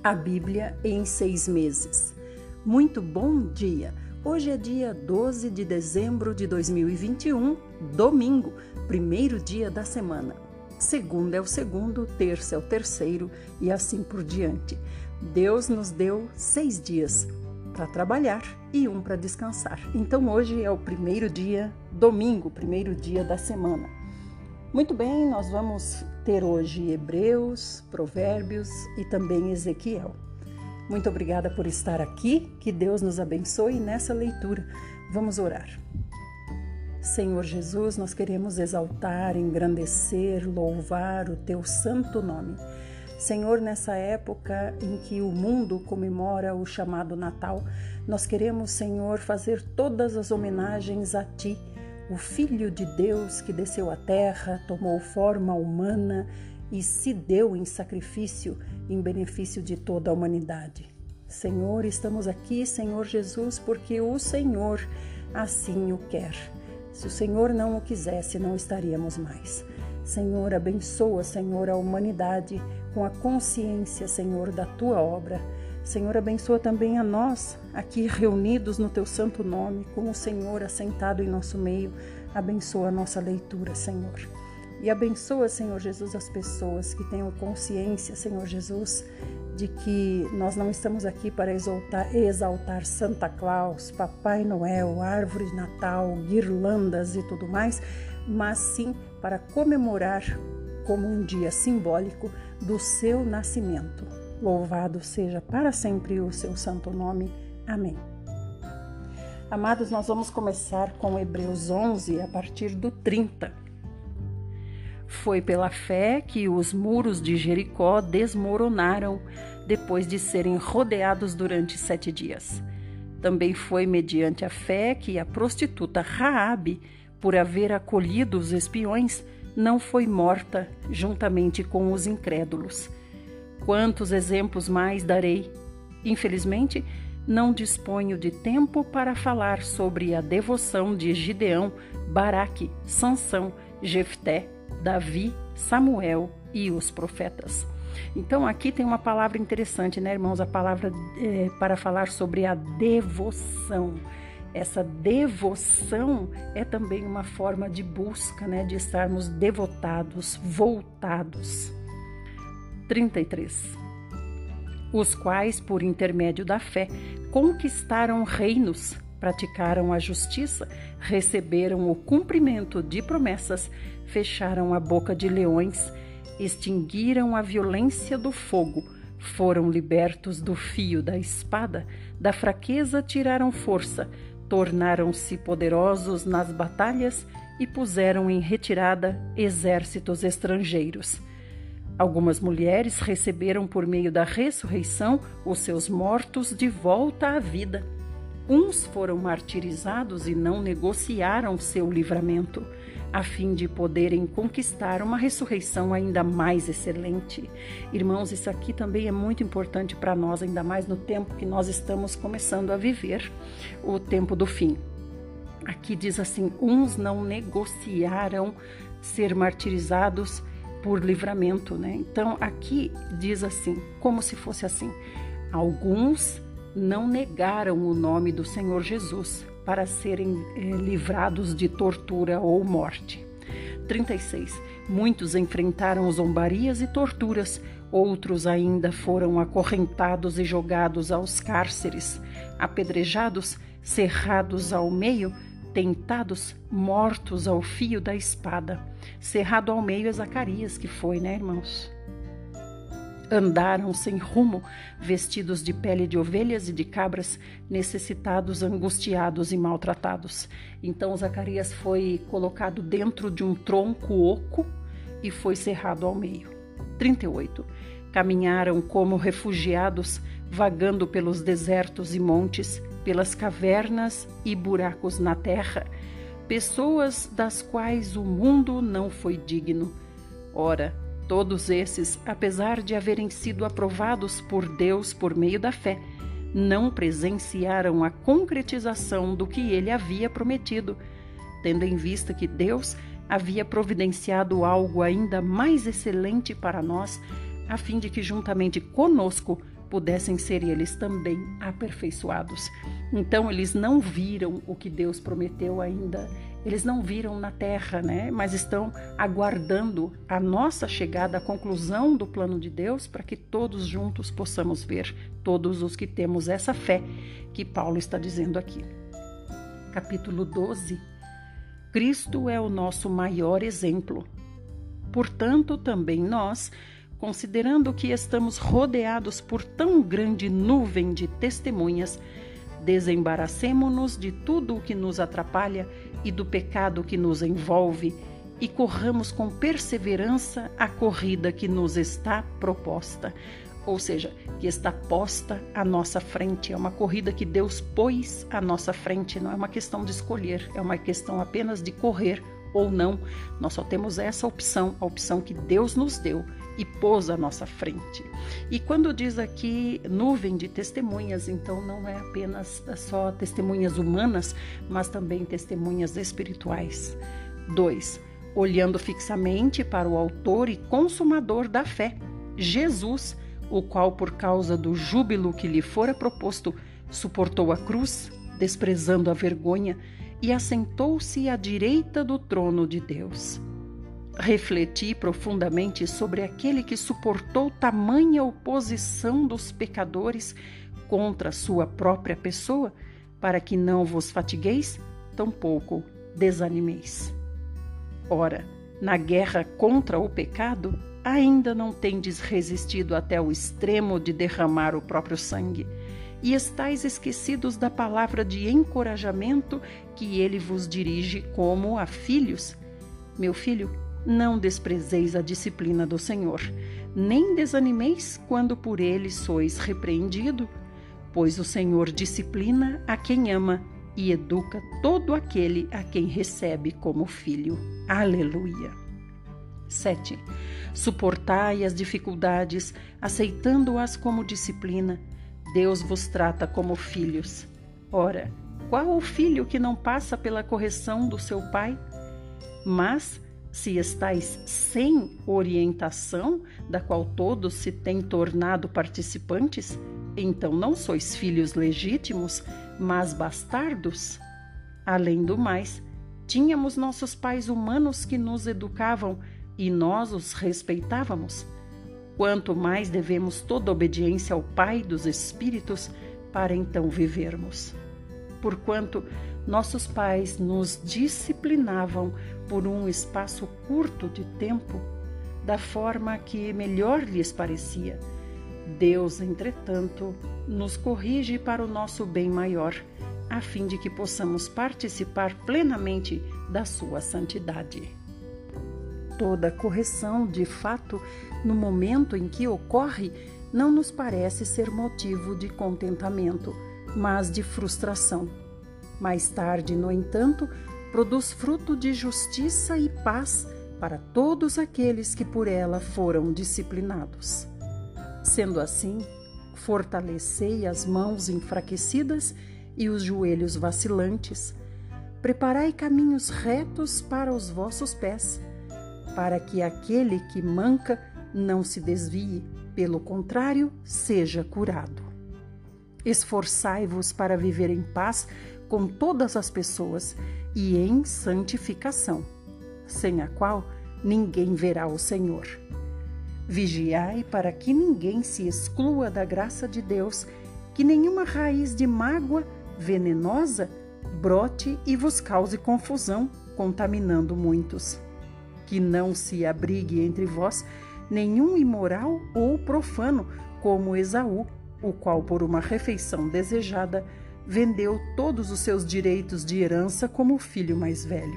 A Bíblia em 6 meses. Muito bom dia! Hoje é dia 12 de dezembro de 2021, domingo, primeiro dia da semana. Segunda é o segundo, terça é o terceiro e assim por diante. Deus nos deu 6 dias para trabalhar e um para descansar. Então hoje é o primeiro dia, domingo, primeiro dia da semana. Muito bem, nós vamos ter hoje Hebreus, Provérbios e também Ezequiel. Muito obrigada por estar aqui, que Deus nos abençoe nessa leitura. Vamos orar. Senhor Jesus, nós queremos exaltar, engrandecer, louvar o Teu santo nome. Senhor, nessa época em que o mundo comemora o chamado Natal, nós queremos, Senhor, fazer todas as homenagens a Ti, o Filho de Deus que desceu à terra, tomou forma humana e se deu em sacrifício em benefício de toda a humanidade. Senhor, estamos aqui, Senhor Jesus, porque o Senhor assim o quer. Se o Senhor não o quisesse, não estaríamos mais. Senhor, abençoa, Senhor, a humanidade com a consciência, Senhor, da Tua obra. Senhor, abençoa também a nós, aqui reunidos no Teu santo nome, com o Senhor assentado em nosso meio. Abençoa a nossa leitura, Senhor. E abençoa, Senhor Jesus, as pessoas que tenham consciência, Senhor Jesus, de que nós não estamos aqui para exaltar Santa Claus, Papai Noel, árvore de Natal, guirlandas e tudo mais, mas sim para comemorar como um dia simbólico do seu nascimento. Louvado seja para sempre o seu santo nome. Amém. Amados, nós vamos começar com Hebreus 11, a partir do 30. Foi pela fé que os muros de Jericó desmoronaram depois de serem rodeados durante 7 dias. Também foi mediante a fé que a prostituta Raabe, por haver acolhido os espiões, não foi morta juntamente com os incrédulos. Quantos exemplos mais darei? Infelizmente, não disponho de tempo para falar sobre a devoção de Gideão, Baraque, Sansão, Jefté, Davi, Samuel e os profetas. Então aqui tem uma palavra interessante, né, irmãos? A palavra para falar sobre a devoção. Essa devoção é também uma forma de busca, né, de estarmos devotados, voltados. 33. Os quais, por intermédio da fé, conquistaram reinos, praticaram a justiça, receberam o cumprimento de promessas, fecharam a boca de leões, extinguiram a violência do fogo, foram libertos do fio da espada, da fraqueza tiraram força, tornaram-se poderosos nas batalhas e puseram em retirada exércitos estrangeiros. Algumas mulheres receberam por meio da ressurreição os seus mortos de volta à vida. Uns foram martirizados e não negociaram seu livramento, a fim de poderem conquistar uma ressurreição ainda mais excelente. Irmãos, isso aqui também é muito importante para nós, ainda mais no tempo que nós estamos começando a viver, o tempo do fim. Aqui diz assim, uns não negociaram ser martirizados por livramento, né? Então aqui diz assim, como se fosse assim, alguns não negaram o nome do Senhor Jesus para serem livrados de tortura ou morte. 36. Muitos enfrentaram zombarias e torturas, outros ainda foram acorrentados e jogados aos cárceres, apedrejados, cerrados ao meio, tentados, mortos ao fio da espada. Cerrado ao meio é Zacarias que foi, né, irmãos? Andaram sem rumo, vestidos de pele de ovelhas e de cabras, necessitados, angustiados e maltratados. Então Zacarias foi colocado dentro de um tronco oco e foi cerrado ao meio. 38. Caminharam como refugiados, vagando pelos desertos e montes, pelas cavernas e buracos na terra, pessoas das quais o mundo não foi digno. Ora, todos esses, apesar de haverem sido aprovados por Deus por meio da fé, não presenciaram a concretização do que ele havia prometido, tendo em vista que Deus havia providenciado algo ainda mais excelente para nós, a fim de que juntamente conosco pudessem ser eles também aperfeiçoados. Então eles não viram o que Deus prometeu ainda, eles não viram na terra, né? Mas estão aguardando a nossa chegada, a conclusão do plano de Deus, para que todos juntos possamos ver, todos os que temos essa fé que Paulo está dizendo aqui. Capítulo 12. Cristo é o nosso maior exemplo. Portanto, também nós, considerando que estamos rodeados por tão grande nuvem de testemunhas, desembaracemo-nos de tudo o que nos atrapalha e do pecado que nos envolve e corramos com perseverança a corrida que nos está proposta. Ou seja, que está posta à nossa frente. É uma corrida que Deus pôs à nossa frente, não é uma questão de escolher, é uma questão apenas de correr ou não. Nós só temos essa opção, a opção que Deus nos deu e pôs à nossa frente. E quando diz aqui nuvem de testemunhas, então não é apenas só testemunhas humanas, mas também testemunhas espirituais. 2. Olhando fixamente para o autor e consumador da fé, Jesus, o qual, por causa do júbilo que lhe fora proposto, suportou a cruz, desprezando a vergonha, e assentou-se à direita do trono de Deus. Refleti profundamente sobre aquele que suportou tamanha oposição dos pecadores contra sua própria pessoa, para que não vos fatigueis, tampouco desanimeis. Ora, na guerra contra o pecado, ainda não tendes resistido até o extremo de derramar o próprio sangue, e estáis esquecidos da palavra de encorajamento que ele vos dirige como a filhos. Meu filho, não desprezeis a disciplina do Senhor, nem desanimeis quando por ele sois repreendido, pois o Senhor disciplina a quem ama e educa todo aquele a quem recebe como filho. Aleluia! 7. Suportai as dificuldades, aceitando-as como disciplina. Deus vos trata como filhos. Ora, qual o filho que não passa pela correção do seu pai? Mas, se estáis sem orientação, da qual todos se têm tornado participantes, então não sois filhos legítimos, mas bastardos. Além do mais, tínhamos nossos pais humanos que nos educavam, e nós os respeitávamos. Quanto mais devemos toda obediência ao Pai dos Espíritos para então vivermos. Porquanto nossos pais nos disciplinavam por um espaço curto de tempo, da forma que melhor lhes parecia. Deus, entretanto, nos corrige para o nosso bem maior, a fim de que possamos participar plenamente da sua santidade. Toda correção, de fato, no momento em que ocorre, não nos parece ser motivo de contentamento, mas de frustração. Mais tarde, no entanto, produz fruto de justiça e paz para todos aqueles que por ela foram disciplinados. Sendo assim, fortalecei as mãos enfraquecidas e os joelhos vacilantes. Preparai caminhos retos para os vossos pés, para que aquele que manca não se desvie, pelo contrário, seja curado. Esforçai-vos para viver em paz com todas as pessoas e em santificação, sem a qual ninguém verá o Senhor. Vigiai para que ninguém se exclua da graça de Deus, que nenhuma raiz de mágoa venenosa brote e vos cause confusão, contaminando muitos. Que não se abrigue entre vós nenhum imoral ou profano, como Esaú, o qual, por uma refeição desejada, vendeu todos os seus direitos de herança como filho mais velho.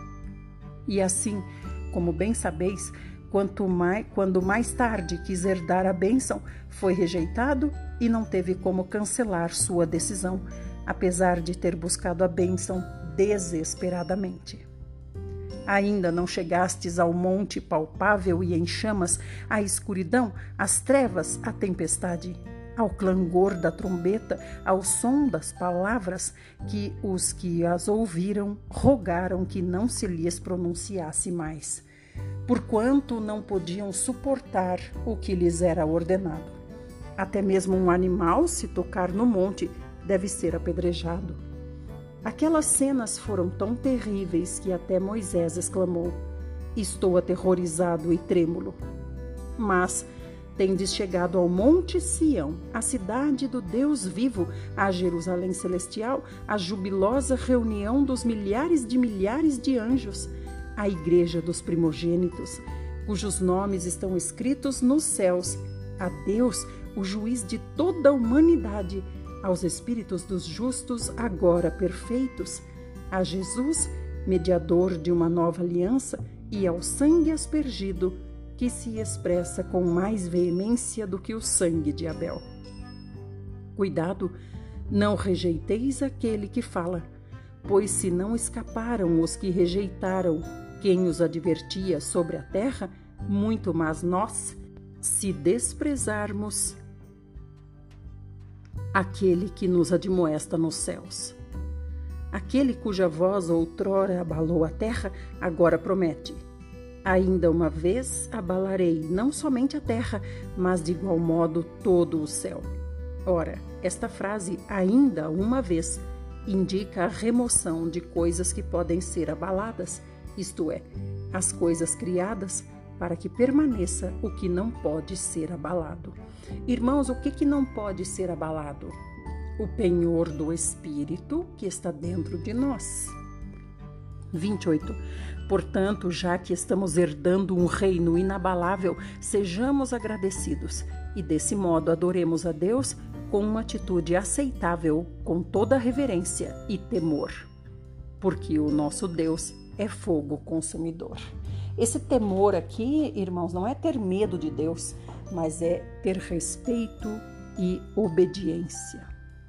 E assim, como bem sabeis, quando mais tarde quis herdar a bênção, foi rejeitado e não teve como cancelar sua decisão, apesar de ter buscado a bênção desesperadamente. Ainda não chegastes ao monte palpável e em chamas, à escuridão, às trevas, à tempestade, ao clangor da trombeta, ao som das palavras que os que as ouviram rogaram que não se lhes pronunciasse mais, porquanto não podiam suportar o que lhes era ordenado. Até mesmo um animal, se tocar no monte, deve ser apedrejado. Aquelas cenas foram tão terríveis que até Moisés exclamou: "Estou aterrorizado e trêmulo." Mas tendes chegado ao Monte Sião, a cidade do Deus vivo, a Jerusalém celestial, a jubilosa reunião dos milhares de anjos, a igreja dos primogênitos, cujos nomes estão escritos nos céus, a Deus, o juiz de toda a humanidade, aos espíritos dos justos agora perfeitos, a Jesus, mediador de uma nova aliança, e ao sangue aspergido, que se expressa com mais veemência do que o sangue de Abel. Cuidado, não rejeiteis aquele que fala, pois se não escaparam os que rejeitaram quem os advertia sobre a terra, muito mais nós, se desprezarmos aquele que nos admoesta nos céus. Aquele cuja voz outrora abalou a terra, agora promete: ainda uma vez abalarei não somente a terra, mas de igual modo todo o céu. Ora, esta frase, ainda uma vez, indica a remoção de coisas que podem ser abaladas, isto é, as coisas criadas, para que permaneça o que não pode ser abalado. Irmãos, o que não pode ser abalado? O penhor do Espírito que está dentro de nós. 28. Portanto, já que estamos herdando um reino inabalável, sejamos agradecidos e, desse modo, adoremos a Deus com uma atitude aceitável, com toda reverência e temor, porque o nosso Deus é fogo consumidor. Esse temor aqui, irmãos, não é ter medo de Deus, mas é ter respeito e obediência.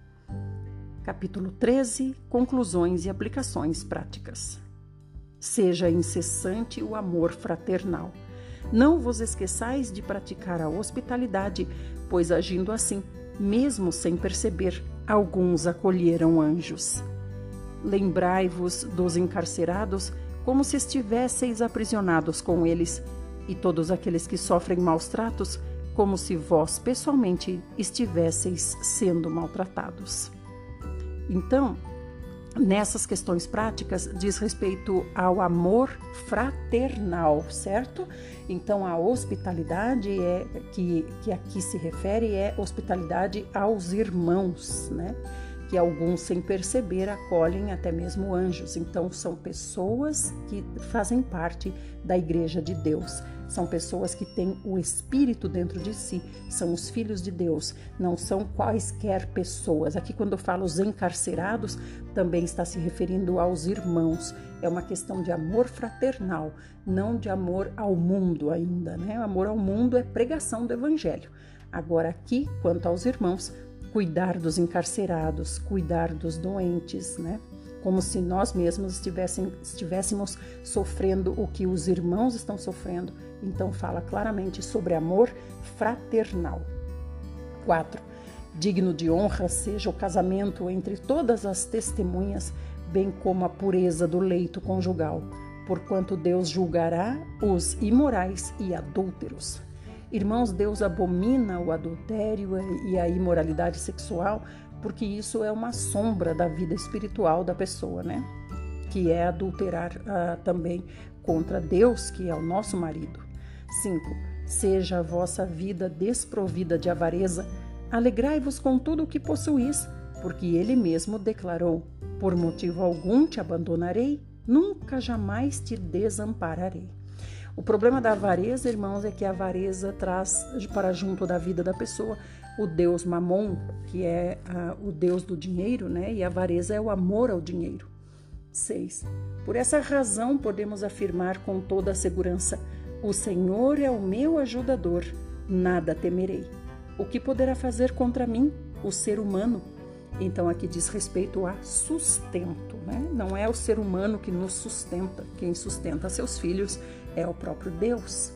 Capítulo 13, conclusões e aplicações práticas. Seja incessante o amor fraternal. Não vos esqueçais de praticar a hospitalidade, pois agindo assim, mesmo sem perceber, alguns acolheram anjos. Lembrai-vos dos encarcerados como se estivesseis aprisionados com eles, e todos aqueles que sofrem maus tratos, como se vós pessoalmente estivesseis sendo maltratados. Então, nessas questões práticas, diz respeito ao amor fraternal, certo? Então, a hospitalidade que aqui se refere é hospitalidade aos irmãos, né? Que alguns, sem perceber, acolhem até mesmo anjos. Então, são pessoas que fazem parte da Igreja de Deus. São pessoas que têm o Espírito dentro de si. São os filhos de Deus. Não são quaisquer pessoas. Aqui, quando eu falo os encarcerados, também está se referindo aos irmãos. É uma questão de amor fraternal, não de amor ao mundo ainda, né? O amor ao mundo é pregação do Evangelho. Agora, aqui, quanto aos irmãos, cuidar dos encarcerados, cuidar dos doentes, né? Como se nós mesmos estivéssemos sofrendo o que os irmãos estão sofrendo. Então, fala claramente sobre amor fraternal. 4. Digno de honra seja o casamento entre todas as testemunhas, bem como a pureza do leito conjugal, porquanto Deus julgará os imorais e adúlteros. Irmãos, Deus abomina o adultério e a imoralidade sexual, porque isso é uma sombra da vida espiritual da pessoa, né? Que é adulterar também contra Deus, que é o nosso marido. 5. Seja a vossa vida desprovida de avareza, alegrai-vos com tudo o que possuís, porque Ele mesmo declarou: por motivo algum te abandonarei, nunca jamais te desampararei. O problema da avareza, irmãos, é que a avareza traz para junto da vida da pessoa o Deus Mamon, que é o Deus do dinheiro, né? E a avareza é o amor ao dinheiro. 6. Por essa razão podemos afirmar com toda a segurança: o Senhor é o meu ajudador, nada temerei. O que poderá fazer contra mim o ser humano? Então aqui diz respeito a sustento, né? Não é o ser humano que nos sustenta, quem sustenta seus filhos é o próprio Deus.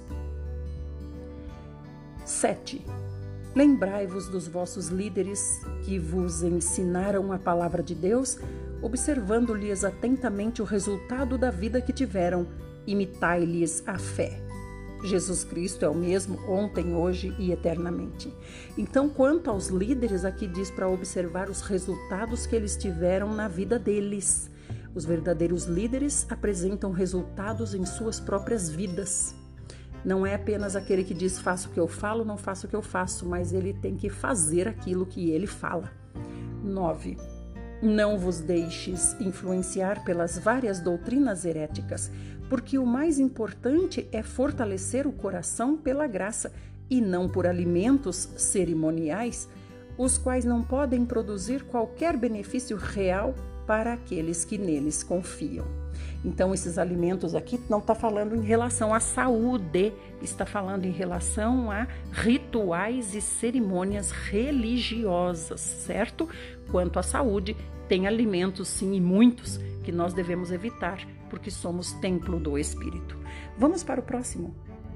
7. Lembrai-vos dos vossos líderes que vos ensinaram a palavra de Deus, observando-lhes atentamente o resultado da vida que tiveram, imitai-lhes a fé. Jesus Cristo é o mesmo ontem, hoje e eternamente. Então, quanto aos líderes, aqui diz para observar os resultados que eles tiveram na vida deles. Os verdadeiros líderes apresentam resultados em suas próprias vidas. Não é apenas aquele que diz faço o que eu falo, não faço o que eu faço, mas ele tem que fazer aquilo que ele fala. 9. Não vos deixes influenciar pelas várias doutrinas heréticas, porque o mais importante é fortalecer o coração pela graça e não por alimentos cerimoniais, os quais não podem produzir qualquer benefício real para aqueles que neles confiam. Então, esses alimentos aqui não está falando em relação à saúde, está falando em relação a rituais e cerimônias religiosas, certo? Quanto à saúde, tem alimentos, sim, e muitos, que nós devemos evitar, porque somos templo do Espírito. Vamos para o próximo.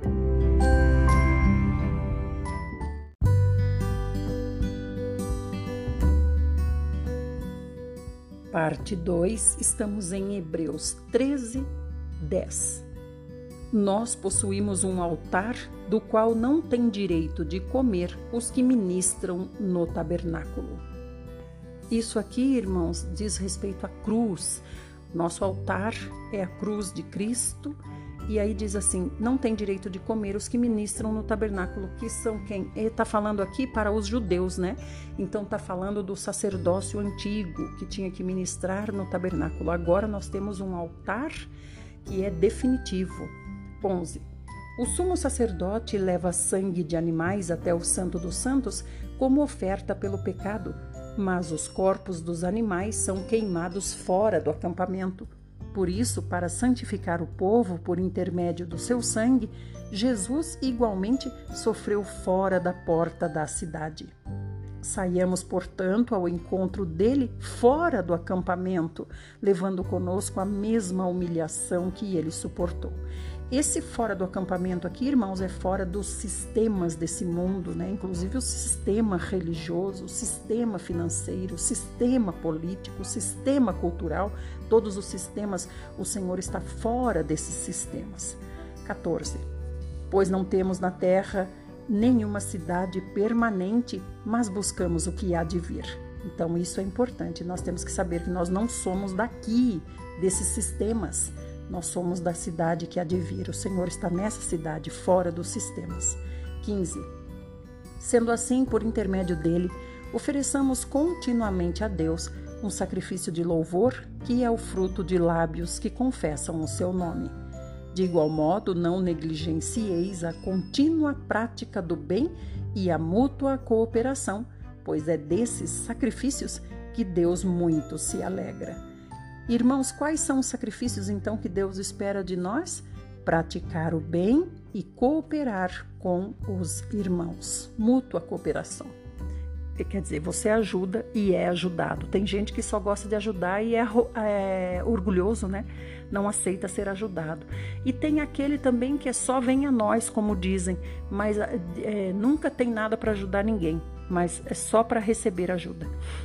Parte 2, estamos em Hebreus 13, 10. Nós possuímos um altar do qual não tem direito de comer os que ministram no tabernáculo. Isso aqui, irmãos, diz respeito à cruz. Nosso altar é a cruz de Cristo. E aí diz assim, não tem direito de comer os que ministram no tabernáculo, que são quem? Ele está falando aqui para os judeus, né? Então está falando do sacerdócio antigo, que tinha que ministrar no tabernáculo. Agora nós temos um altar que é definitivo. 11. O sumo sacerdote leva sangue de animais até o Santo dos Santos como oferta pelo pecado, mas os corpos dos animais são queimados fora do acampamento. Por isso, para santificar o povo por intermédio do seu sangue, Jesus igualmente sofreu fora da porta da cidade. Saiamos, portanto, ao encontro dele fora do acampamento, levando conosco a mesma humilhação que ele suportou. Esse fora do acampamento aqui, irmãos, é fora dos sistemas desse mundo, né? Inclusive o sistema religioso, o sistema financeiro, o sistema político, o sistema cultural, todos os sistemas, o Senhor está fora desses sistemas. 14. Pois não temos na terra nenhuma cidade permanente, mas buscamos o que há de vir. Então isso é importante, nós temos que saber que nós não somos daqui, desses sistemas. Nós somos da cidade que há de vir. O Senhor está nessa cidade, fora dos sistemas. 15. Sendo assim, por intermédio dele, ofereçamos continuamente a Deus um sacrifício de louvor, que é o fruto de lábios que confessam o seu nome. De igual modo, não negligencieis a contínua prática do bem e a mútua cooperação, pois é desses sacrifícios que Deus muito se alegra. Irmãos, quais são os sacrifícios então que Deus espera de nós? Praticar o bem e cooperar com os irmãos. Mútua cooperação. Quer dizer, você ajuda e é ajudado. Tem gente que só gosta de ajudar e é orgulhoso, né? Não aceita ser ajudado. E tem aquele também que é só vem a nós, como dizem, mas nunca tem nada para ajudar ninguém, mas é só para receber ajuda.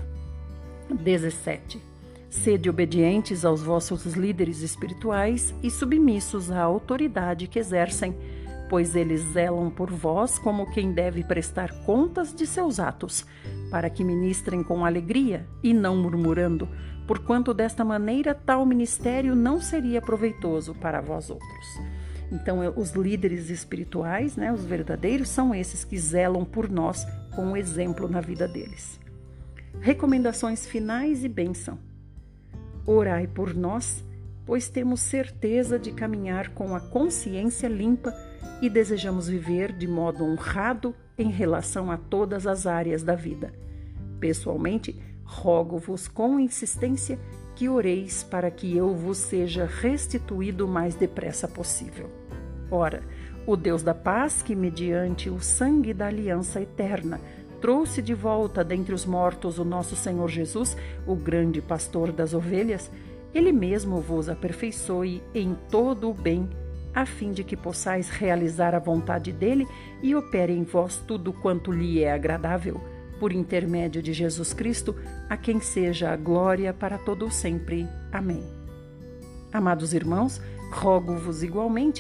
17. Sede obedientes aos vossos líderes espirituais e submissos à autoridade que exercem, pois eles zelam por vós como quem deve prestar contas de seus atos, para que ministrem com alegria e não murmurando, porquanto desta maneira tal ministério não seria proveitoso para vós outros. Então, os líderes espirituais, né, os verdadeiros, são esses que zelam por nós com o exemplo na vida deles. Recomendações finais e bênção. Orai por nós, pois temos certeza de caminhar com a consciência limpa e desejamos viver de modo honrado em relação a todas as áreas da vida. Pessoalmente, rogo-vos com insistência que oreis para que eu vos seja restituído o mais depressa possível. Ora, o Deus da paz, que mediante o sangue da aliança eterna trouxe de volta dentre os mortos o nosso Senhor Jesus, o grande pastor das ovelhas, ele mesmo vos aperfeiçoe em todo o bem, a fim de que possais realizar a vontade dele e opere em vós tudo quanto lhe é agradável, por intermédio de Jesus Cristo, a quem seja a glória para todo sempre. Amém. Amados irmãos, rogo-vos igualmente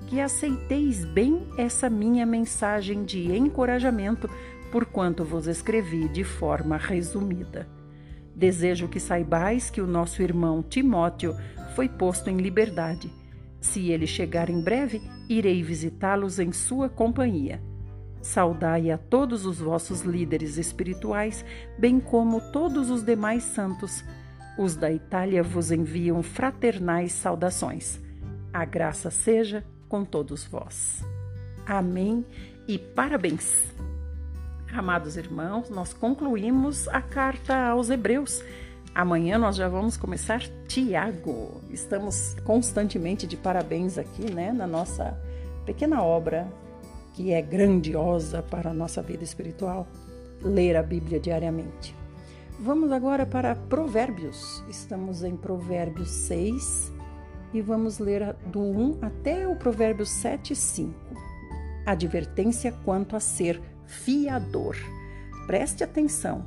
que aceiteis bem essa minha mensagem de encorajamento, porquanto vos escrevi de forma resumida. Desejo que saibais que o nosso irmão Timóteo foi posto em liberdade. Se ele chegar em breve, irei visitá-los em sua companhia. Saudai a todos os vossos líderes espirituais, bem como todos os demais santos. Os da Itália vos enviam fraternais saudações. A graça seja com todos vós. Amém e parabéns! Amados irmãos, nós concluímos a carta aos Hebreus. Amanhã nós já vamos começar Tiago. Estamos constantemente de parabéns aqui, na nossa pequena obra, que é grandiosa para a nossa vida espiritual, ler a Bíblia diariamente. Vamos agora para Provérbios. Estamos em Provérbios 6 e vamos ler do 1 até o Provérbios 7 e 5. Advertência quanto a ser fiador. Preste atenção.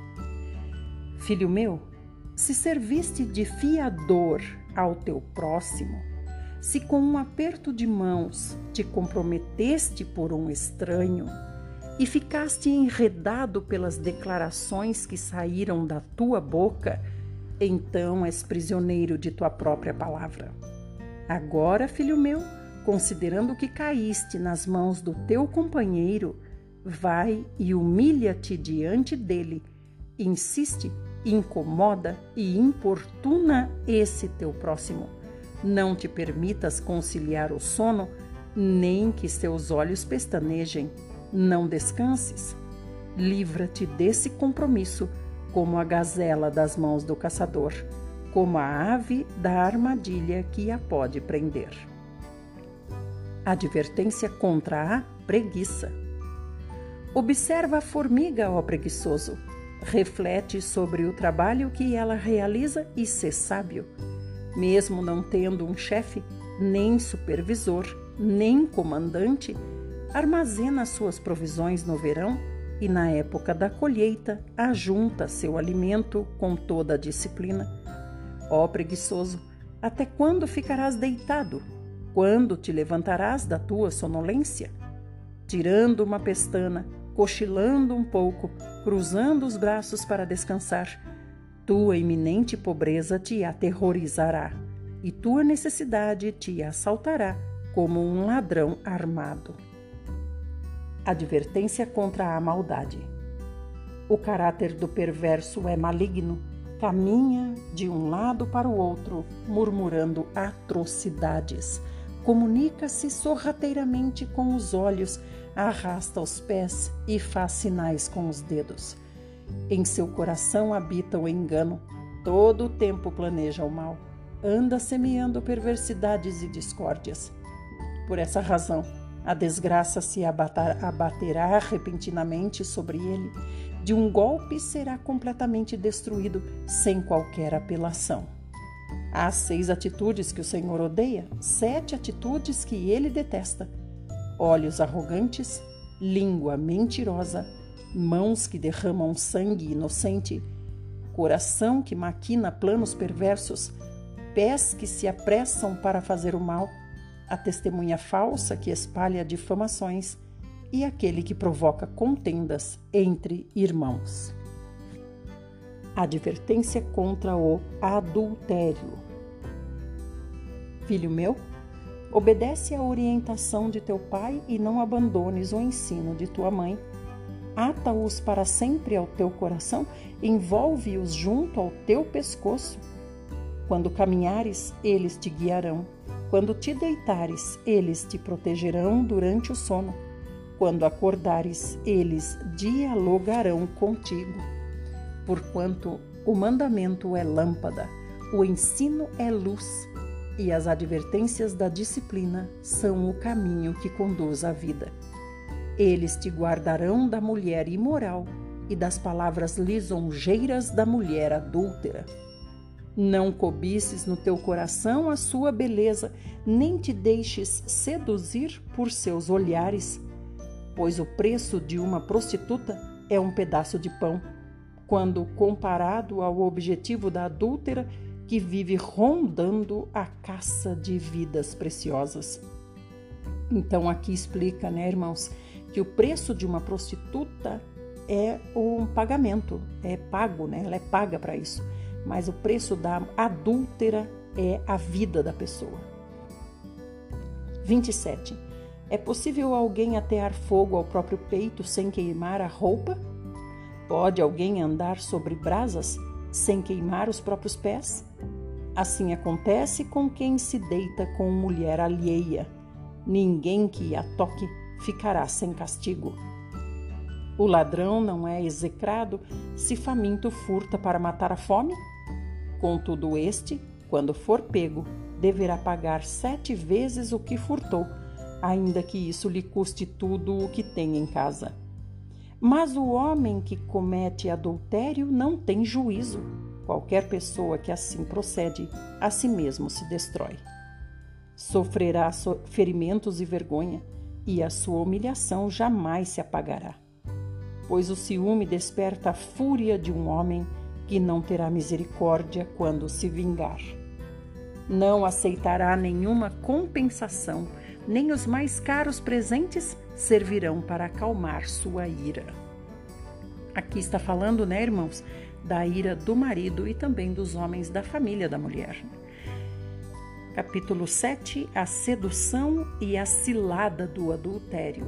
Filho meu, se serviste de fiador ao teu próximo, se com um aperto de mãos te comprometeste por um estranho e ficaste enredado pelas declarações que saíram da tua boca, então és prisioneiro de tua própria palavra. Agora, filho meu, considerando que caíste nas mãos do teu companheiro, vai e humilha-te diante dele, insiste, incomoda e importuna esse teu próximo. Não te permitas conciliar o sono, nem que seus olhos pestanejem. Não descanses. Livra-te desse compromisso, como a gazela das mãos do caçador, como a ave da armadilha que a pode prender. Advertência contra a preguiça. Observa a formiga, ó preguiçoso. Reflete sobre o trabalho que ela realiza e sê sábio. Mesmo não tendo um chefe, nem supervisor, nem comandante, armazena suas provisões no verão e na época da colheita ajunta seu alimento com toda a disciplina. Ó preguiçoso, até quando ficarás deitado? Quando te levantarás da tua sonolência? Tirando uma pestana, cochilando um pouco, cruzando os braços para descansar, tua iminente pobreza te aterrorizará e tua necessidade te assaltará como um ladrão armado. Advertência contra a maldade. O caráter do perverso é maligno, caminha de um lado para o outro, murmurando atrocidades, comunica-se sorrateiramente com os olhos, arrasta os pés e faz sinais com os dedos. Em seu coração habita o engano, todo o tempo planeja o mal, anda semeando perversidades e discórdias. Por essa razão, a desgraça se abaterá repentinamente sobre ele, de um golpe será completamente destruído, sem qualquer apelação. Há 6 atitudes que o Senhor odeia, 7 atitudes que ele detesta: olhos arrogantes, língua mentirosa, mãos que derramam sangue inocente, coração que maquina planos perversos, pés que se apressam para fazer o mal, a testemunha falsa que espalha difamações e aquele que provoca contendas entre irmãos. Advertência contra o adultério. Filho meu, obedece à orientação de teu pai e não abandones o ensino de tua mãe. Ata-os para sempre ao teu coração, envolve-os junto ao teu pescoço. Quando caminhares, eles te guiarão. Quando te deitares, eles te protegerão durante o sono. Quando acordares, eles dialogarão contigo. Porquanto o mandamento é lâmpada, o ensino é luz, e as advertências da disciplina são o caminho que conduz à vida. Eles te guardarão da mulher imoral e das palavras lisonjeiras da mulher adúltera. Não cobices no teu coração a sua beleza, nem te deixes seduzir por seus olhares, pois o preço de uma prostituta é um pedaço de pão, quando comparado ao objetivo da adúltera que vive rondando a caça de vidas preciosas. Então aqui explica, né, irmãos, que o preço de uma prostituta é um pagamento, é pago, né? Ela é paga para isso. Mas o preço da adúltera é a vida da pessoa. 27. É possível alguém atear fogo ao próprio peito sem queimar a roupa? Pode alguém andar sobre brasas sem queimar os próprios pés? Assim acontece com quem se deita com mulher alheia. Ninguém que a toque ficará sem castigo. O ladrão não é execrado se faminto furta para matar a fome? Contudo, este, quando for pego, deverá pagar 7 vezes o que furtou, ainda que isso lhe custe tudo o que tem em casa. Mas o homem que comete adultério não tem juízo. Qualquer pessoa que assim procede, a si mesmo se destrói. Sofrerá ferimentos e vergonha, e a sua humilhação jamais se apagará. Pois o ciúme desperta a fúria de um homem que não terá misericórdia quando se vingar. Não aceitará nenhuma compensação, nem os mais caros presentes servirão para acalmar sua ira. Aqui está falando, né, irmãos, da ira do marido e também dos homens da família da mulher. Capítulo 7, a sedução e a cilada do adultério.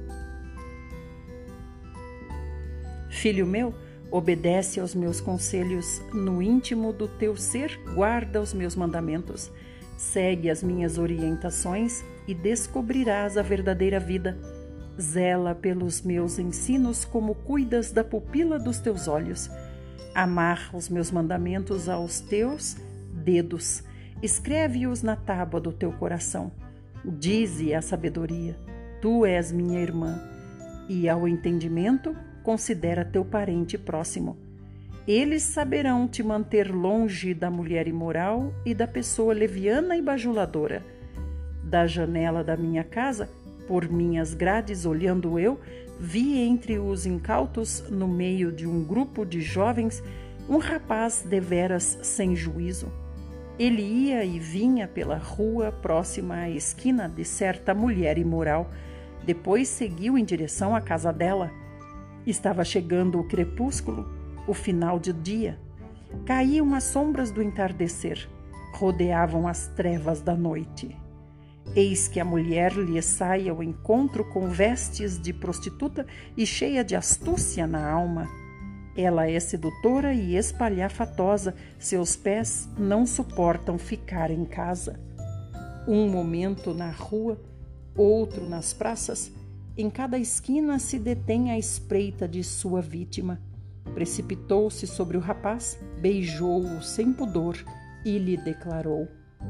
Filho meu, obedece aos meus conselhos no íntimo do teu ser, guarda os meus mandamentos, segue as minhas orientações e descobrirás a verdadeira vida. Zela pelos meus ensinos como cuidas da pupila dos teus olhos. Amarra os meus mandamentos aos teus dedos, escreve-os na tábua do teu coração. Dize à sabedoria, tu és minha irmã, e ao entendimento, considera teu parente próximo. Eles saberão te manter longe da mulher imoral e da pessoa leviana e bajuladora. Da janela da minha casa, por minhas grades olhando eu, vi entre os incautos, no meio de um grupo de jovens, um rapaz deveras sem juízo. Ele ia e vinha pela rua próxima à esquina de certa mulher imoral, depois seguiu em direção à casa dela. Estava chegando o crepúsculo, o final do dia. Caíam as sombras do entardecer, rodeavam as trevas da noite. Eis que a mulher lhe sai ao encontro com vestes de prostituta e cheia de astúcia na alma. Ela é sedutora e espalhafatosa, seus pés não suportam ficar em casa. Um momento na rua, outro nas praças, em cada esquina se detém à espreita de sua vítima. Precipitou-se sobre o rapaz, beijou-o sem pudor e lhe declarou: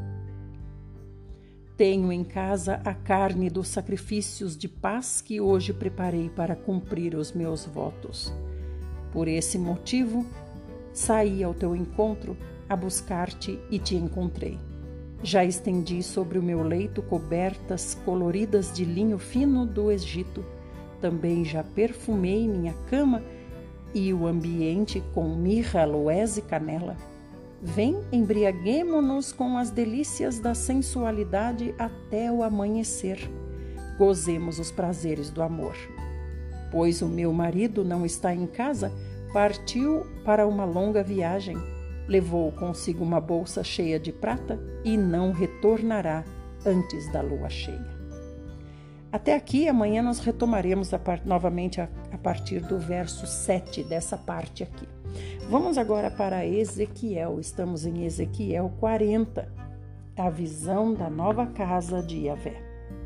tenho em casa a carne dos sacrifícios de paz que hoje preparei para cumprir os meus votos. Por esse motivo, saí ao teu encontro a buscar-te e te encontrei. Já estendi sobre o meu leito cobertas coloridas de linho fino do Egito. Também já perfumei minha cama e o ambiente com mirra, aloés e canela. Vem, embriaguemo-nos com as delícias da sensualidade até o amanhecer. Gozemos os prazeres do amor. Pois o meu marido não está em casa, partiu para uma longa viagem. Levou consigo uma bolsa cheia de prata e não retornará antes da lua cheia. Até aqui, amanhã nós retomaremos novamente a partir do verso 7 dessa parte aqui. Vamos agora para Ezequiel. Estamos em Ezequiel 40, a visão da nova casa de Yahvé.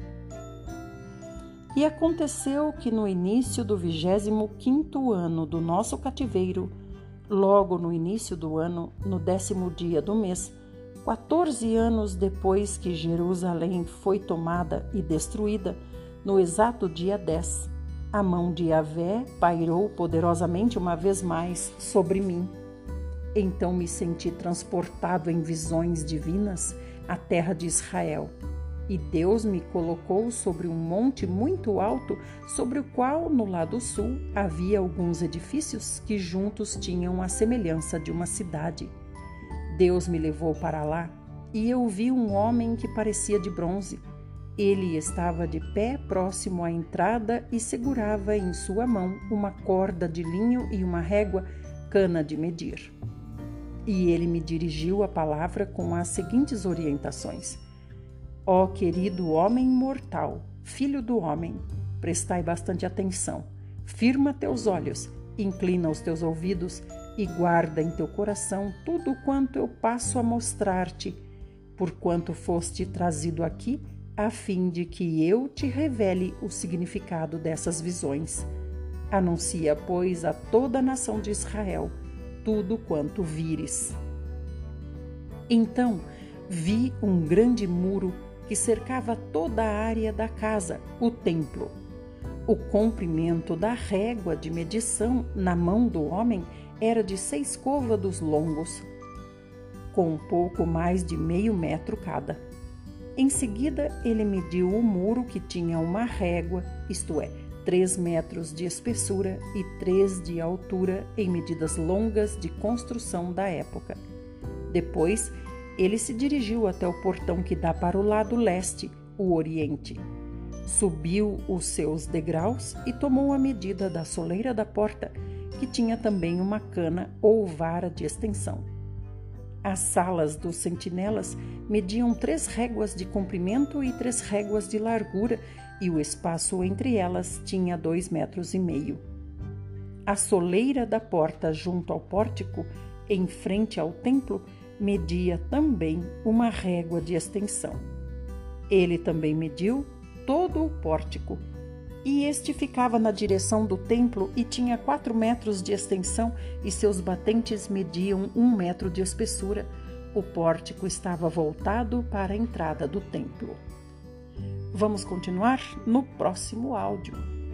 E aconteceu que no início do 25º ano do nosso cativeiro, logo no início do ano, no 10º dia do mês, 14 anos depois que Jerusalém foi tomada e destruída, no exato dia 10, a mão de Yahvé pairou poderosamente uma vez mais sobre mim. Então me senti transportado em visões divinas à terra de Israel. E Deus me colocou sobre um monte muito alto, sobre o qual, no lado sul, havia alguns edifícios que juntos tinham a semelhança de uma cidade. Deus me levou para lá, e eu vi um homem que parecia de bronze. Ele estava de pé próximo à entrada e segurava em sua mão uma corda de linho e uma régua, cana de medir. E ele me dirigiu a palavra com as seguintes orientações: Ó querido homem mortal, filho do homem, prestai bastante atenção, firma teus olhos, inclina os teus ouvidos e guarda em teu coração tudo quanto eu passo a mostrar-te, porquanto foste trazido aqui, a fim de que eu te revele o significado dessas visões. Anuncia, pois, a toda a nação de Israel tudo quanto vires. Então vi um grande muro que cercava toda a área da casa, o templo. O comprimento da régua de medição na mão do homem era de 6 côvados longos, com um pouco mais de meio metro cada. Em seguida, ele mediu o muro, que tinha uma régua, isto é, 3 metros de espessura e 3 de altura, em medidas longas de construção da época. Depois, ele se dirigiu até o portão que dá para o lado leste, o oriente. Subiu os seus degraus e tomou a medida da soleira da porta, que tinha também uma cana ou vara de extensão. As salas dos sentinelas mediam 3 réguas de comprimento e 3 réguas de largura, e o espaço entre elas tinha 2,5 metros. A soleira da porta junto ao pórtico, em frente ao templo, media também uma régua de extensão. Ele também mediu todo o pórtico, e este ficava na direção do templo e tinha 4 metros de extensão e seus batentes mediam 1 metro de espessura. O pórtico estava voltado para a entrada do templo. Vamos continuar no próximo áudio.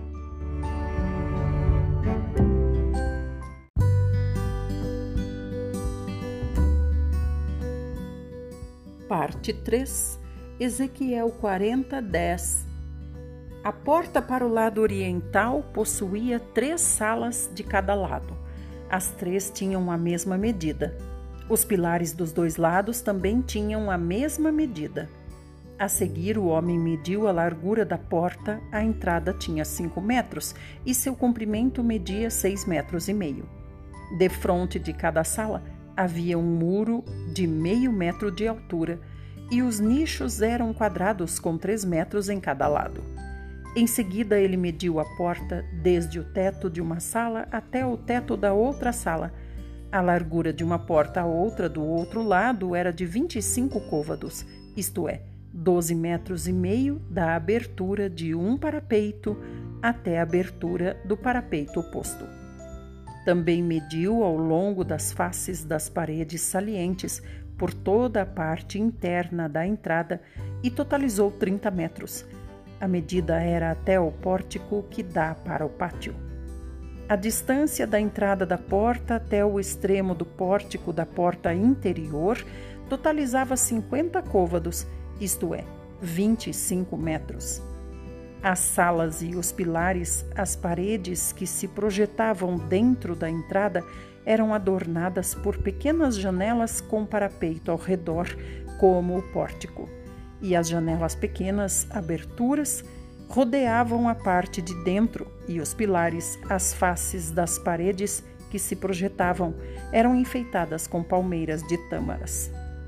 Parte 3, Ezequiel 40:10. A porta para o lado oriental possuía 3 salas de cada lado. As 3 tinham a mesma medida. Os pilares dos 2 lados também tinham a mesma medida. A seguir, o homem mediu a largura da porta. A entrada tinha 5 metros e seu comprimento media 6,5 metros. Defronte de cada sala havia um muro de meio metro de altura e os nichos eram quadrados com 3 metros em cada lado. Em seguida, ele mediu a porta desde o teto de uma sala até o teto da outra sala. A largura de uma porta a outra do outro lado era de 25 côvados, isto é, 12,5 metros da abertura de um parapeito até a abertura do parapeito oposto. Também mediu ao longo das faces das paredes salientes por toda a parte interna da entrada e totalizou 30 metros. A medida era até o pórtico que dá para o pátio. A distância da entrada da porta até o extremo do pórtico da porta interior totalizava 50 côvados, isto é, 25 metros. As salas e os pilares, as paredes que se projetavam dentro da entrada eram adornadas por pequenas janelas com parapeito ao redor, como o pórtico. E as janelas pequenas, aberturas, rodeavam a parte de dentro, e os pilares, as faces das paredes que se projetavam, eram enfeitadas com palmeiras de tâmaras.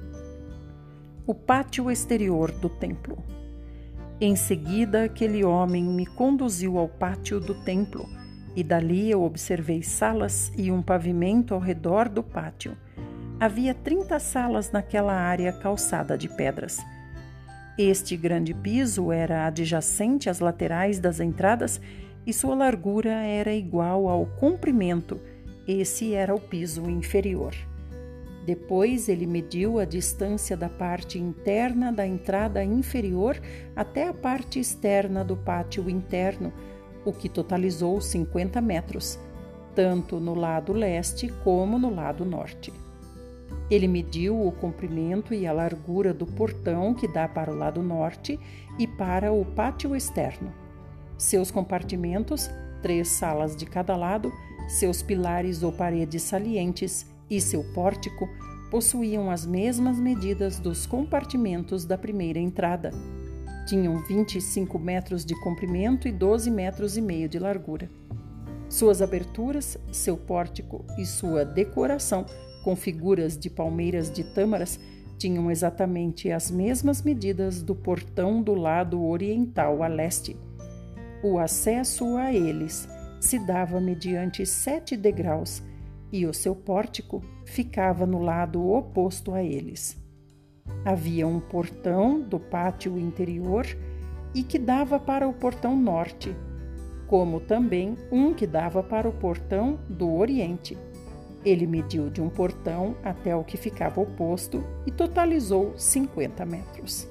O pátio exterior do templo. Em seguida, aquele homem me conduziu ao pátio do templo, e dali eu observei salas e um pavimento ao redor do pátio. Havia 30 salas naquela área calçada de pedras. Este grande piso era adjacente às laterais das entradas e sua largura era igual ao comprimento. Esse era o piso inferior. Depois ele mediu a distância da parte interna da entrada inferior até a parte externa do pátio interno, o que totalizou 50 metros, tanto no lado leste como no lado norte. Ele mediu o comprimento e a largura do portão que dá para o lado norte e para o pátio externo. Seus compartimentos, 3 salas de cada lado, seus pilares ou paredes salientes e seu pórtico possuíam as mesmas medidas dos compartimentos da primeira entrada. Tinham 25 metros de comprimento e 12 metros e meio de largura. Suas aberturas, seu pórtico e sua decoração com figuras de palmeiras de tâmaras tinham exatamente as mesmas medidas do portão do lado oriental a leste. O acesso a eles se dava mediante 7 degraus e o seu pórtico ficava no lado oposto a eles. Havia um portão do pátio interior e que dava para o portão norte, como também um que dava para o portão do oriente. Ele mediu de um portão até o que ficava oposto e totalizou 50 metros.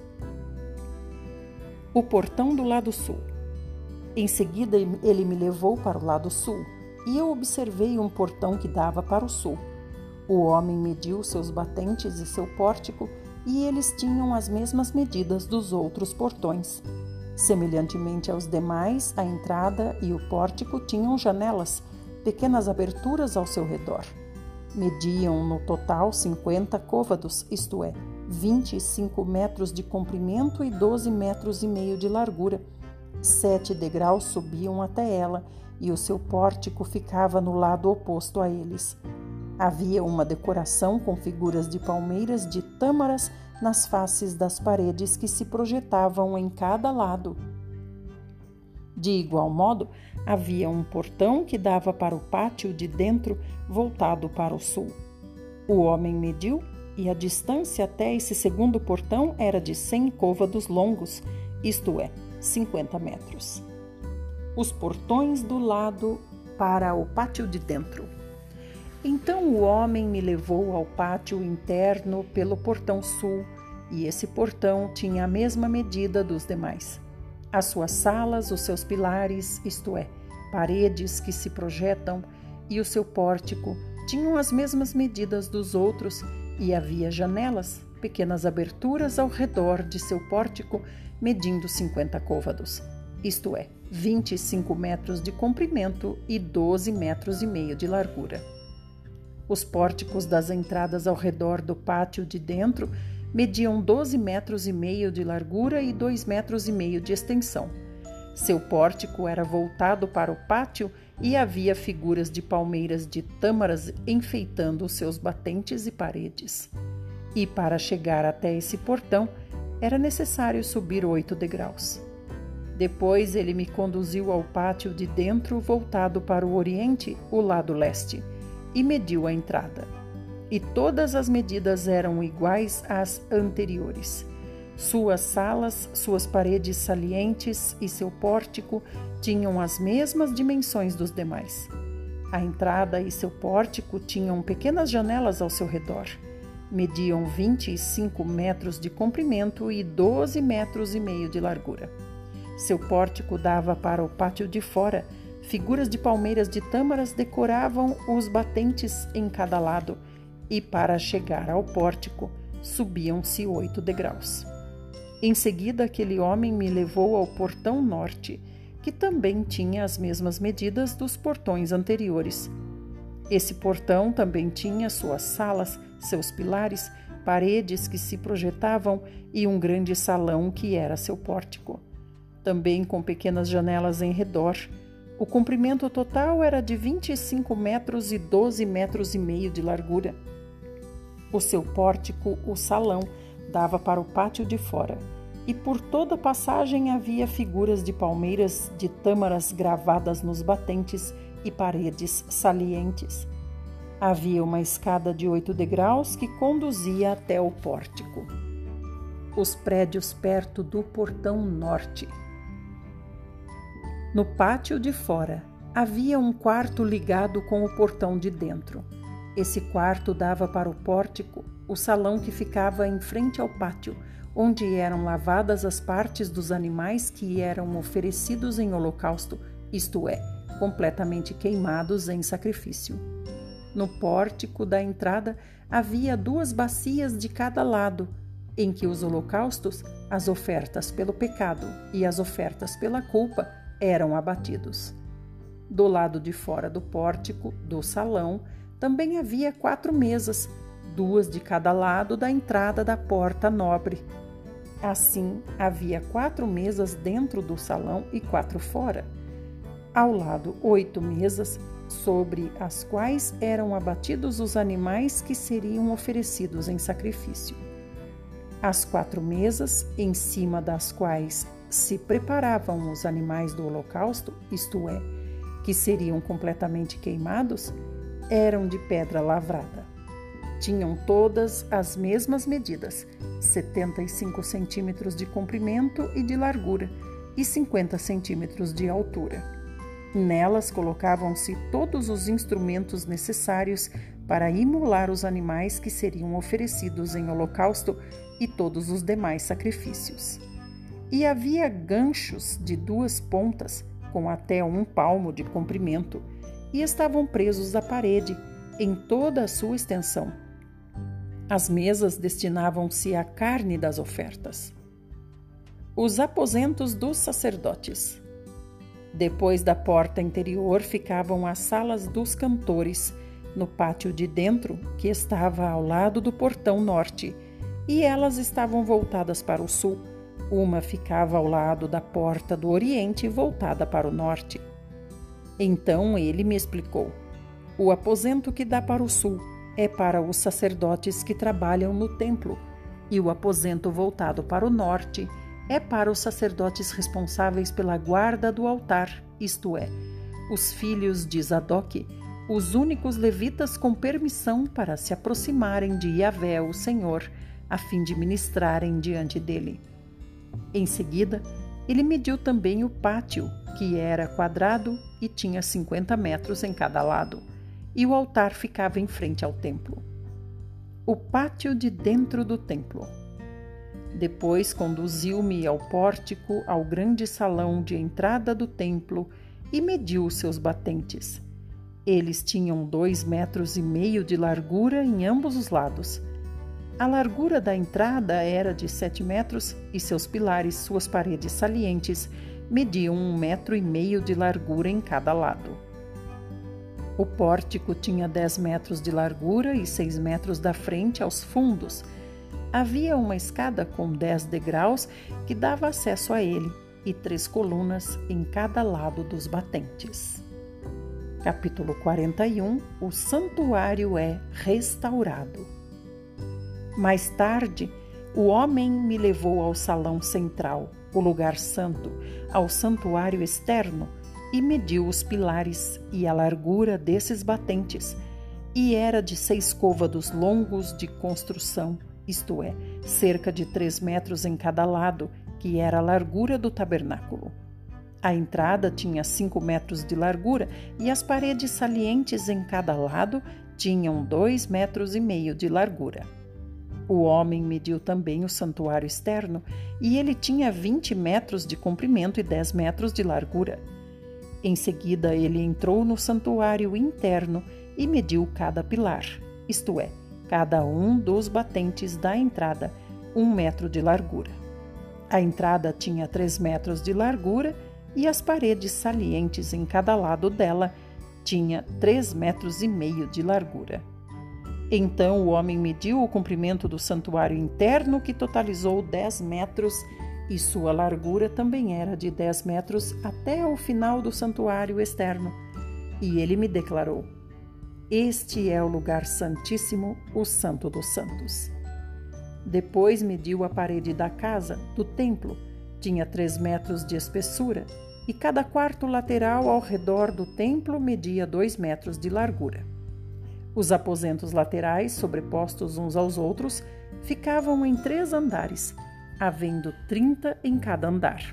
O portão do lado sul. Em seguida, ele me levou para o lado sul e eu observei um portão que dava para o sul. O homem mediu seus batentes e seu pórtico e eles tinham as mesmas medidas dos outros portões. Semelhantemente aos demais, a entrada e o pórtico tinham janelas, pequenas aberturas ao seu redor. Mediam no total 50 côvados, isto é, 25 metros de comprimento e 12 metros e meio de largura. 7 degraus subiam até ela e o seu pórtico ficava no lado oposto a eles. Havia uma decoração com figuras de palmeiras de tâmaras nas faces das paredes que se projetavam em cada lado. De igual modo, havia um portão que dava para o pátio de dentro, voltado para o sul. O homem mediu e a distância até esse segundo portão era de 100 côvados longos, isto é, 50 metros. Os portões do lado para o pátio de dentro. Então o homem me levou ao pátio interno pelo portão sul, e esse portão tinha a mesma medida dos demais. As suas salas, os seus pilares, isto é, paredes que se projetam, e o seu pórtico tinham as mesmas medidas dos outros, e havia janelas, pequenas aberturas ao redor de seu pórtico, medindo 50 côvados, isto é, 25 metros de comprimento e 12 metros e meio de largura. Os pórticos das entradas ao redor do pátio de dentro mediam 12 metros e meio de largura e 2 metros e meio de extensão. Seu pórtico era voltado para o pátio e havia figuras de palmeiras de tâmaras enfeitando seus batentes e paredes. E para chegar até esse portão, era necessário subir 8 degraus. Depois ele me conduziu ao pátio de dentro voltado para o oriente, o lado leste, e mediu a entrada. E todas as medidas eram iguais às anteriores. Suas salas, suas paredes salientes e seu pórtico tinham as mesmas dimensões dos demais. A entrada e seu pórtico tinham pequenas janelas ao seu redor. Mediam 25 metros de comprimento e 12 metros e meio de largura. Seu pórtico dava para o pátio de fora. Figuras de palmeiras de tâmaras decoravam os batentes em cada lado, e para chegar ao pórtico subiam-se 8 degraus. Em seguida, aquele homem me levou ao portão norte, que também tinha as mesmas medidas dos portões anteriores. Esse portão também tinha suas salas, seus pilares, paredes que se projetavam e um grande salão que era seu pórtico, também com pequenas janelas em redor. O comprimento total era de 25 metros e 12 metros e meio de largura. O seu pórtico, o salão, dava para o pátio de fora, e por toda a passagem havia figuras de palmeiras de tâmaras gravadas nos batentes e paredes salientes. Havia uma escada de 8 degraus que conduzia até o pórtico. Os prédios perto do portão norte. No pátio de fora, havia um quarto ligado com o portão de dentro. Esse quarto dava para o pórtico, o salão que ficava em frente ao pátio, onde eram lavadas as partes dos animais que eram oferecidos em holocausto, isto é, completamente queimados em sacrifício. No pórtico da entrada havia 2 bacias de cada lado, em que os holocaustos, as ofertas pelo pecado e as ofertas pela culpa, eram abatidos. Do lado de fora do pórtico, do salão, também havia 4 mesas, 2 de cada lado da entrada da porta nobre. Assim, havia 4 mesas dentro do salão e 4 fora. Ao lado, 8 mesas, sobre as quais eram abatidos os animais que seriam oferecidos em sacrifício. As 4 mesas, em cima das quais se preparavam os animais do holocausto, isto é, que seriam completamente queimados, eram de pedra lavrada. Tinham todas as mesmas medidas, 75 centímetros de comprimento e de largura e 50 centímetros de altura. Nelas colocavam-se todos os instrumentos necessários para imolar os animais que seriam oferecidos em holocausto e todos os demais sacrifícios. E havia ganchos de 2 pontas, com até 1 palmo de comprimento, e estavam presos à parede, em toda a sua extensão. As mesas destinavam-se à carne das ofertas. Os aposentos dos sacerdotes. Depois da porta interior ficavam as salas dos cantores, no pátio de dentro, que estava ao lado do portão norte, e elas estavam voltadas para o sul. Uma ficava ao lado da porta do oriente, voltada para o norte. Então ele me explicou: o aposento que dá para o sul é para os sacerdotes que trabalham no templo, e o aposento voltado para o norte é para os sacerdotes responsáveis pela guarda do altar, isto é, os filhos de Zadok, os únicos levitas com permissão para se aproximarem de Yahvé, o Senhor, a fim de ministrarem diante dele. Em seguida, ele mediu também o pátio, que era quadrado e tinha 50 metros em cada lado, e o altar ficava em frente ao templo. O pátio de dentro do templo. Depois conduziu-me ao pórtico, ao grande salão de entrada do templo, e mediu os seus batentes. Eles tinham 2,5 metros de largura em ambos os lados. A largura da entrada era de 7 metros e seus pilares, suas paredes salientes, mediam 1,5 metro de largura em cada lado. O pórtico tinha 10 metros de largura e 6 metros da frente aos fundos. Havia uma escada com 10 degraus que dava acesso a ele e 3 colunas em cada lado dos batentes. Capítulo 41. O santuário é restaurado. Mais tarde, o homem me levou ao salão central, o lugar santo, ao santuário externo, e mediu os pilares e a largura desses batentes, e era de 6 côvados longos de construção, isto é, cerca de 3 metros em cada lado, que era a largura do tabernáculo. A entrada tinha 5 metros de largura e as paredes salientes em cada lado tinham 2,5 metros de largura. O homem mediu também o santuário externo e ele tinha 20 metros de comprimento e 10 metros de largura. Em seguida, ele entrou no santuário interno e mediu cada pilar, isto é, cada um dos batentes da entrada, 1 metro de largura. A entrada tinha 3 metros de largura e as paredes salientes em cada lado dela tinha 3,5 metros de largura. Então o homem mediu o comprimento do santuário interno, que totalizou 10 metros, e sua largura também era de 10 metros até o final do santuário externo. E ele me declarou: este é o lugar santíssimo, o Santo dos Santos. Depois mediu a parede da casa, do templo. Tinha 3 metros de espessura, e cada quarto lateral ao redor do templo media 2 metros de largura. Os aposentos laterais, sobrepostos uns aos outros, ficavam em 3 andares, havendo 30 em cada andar.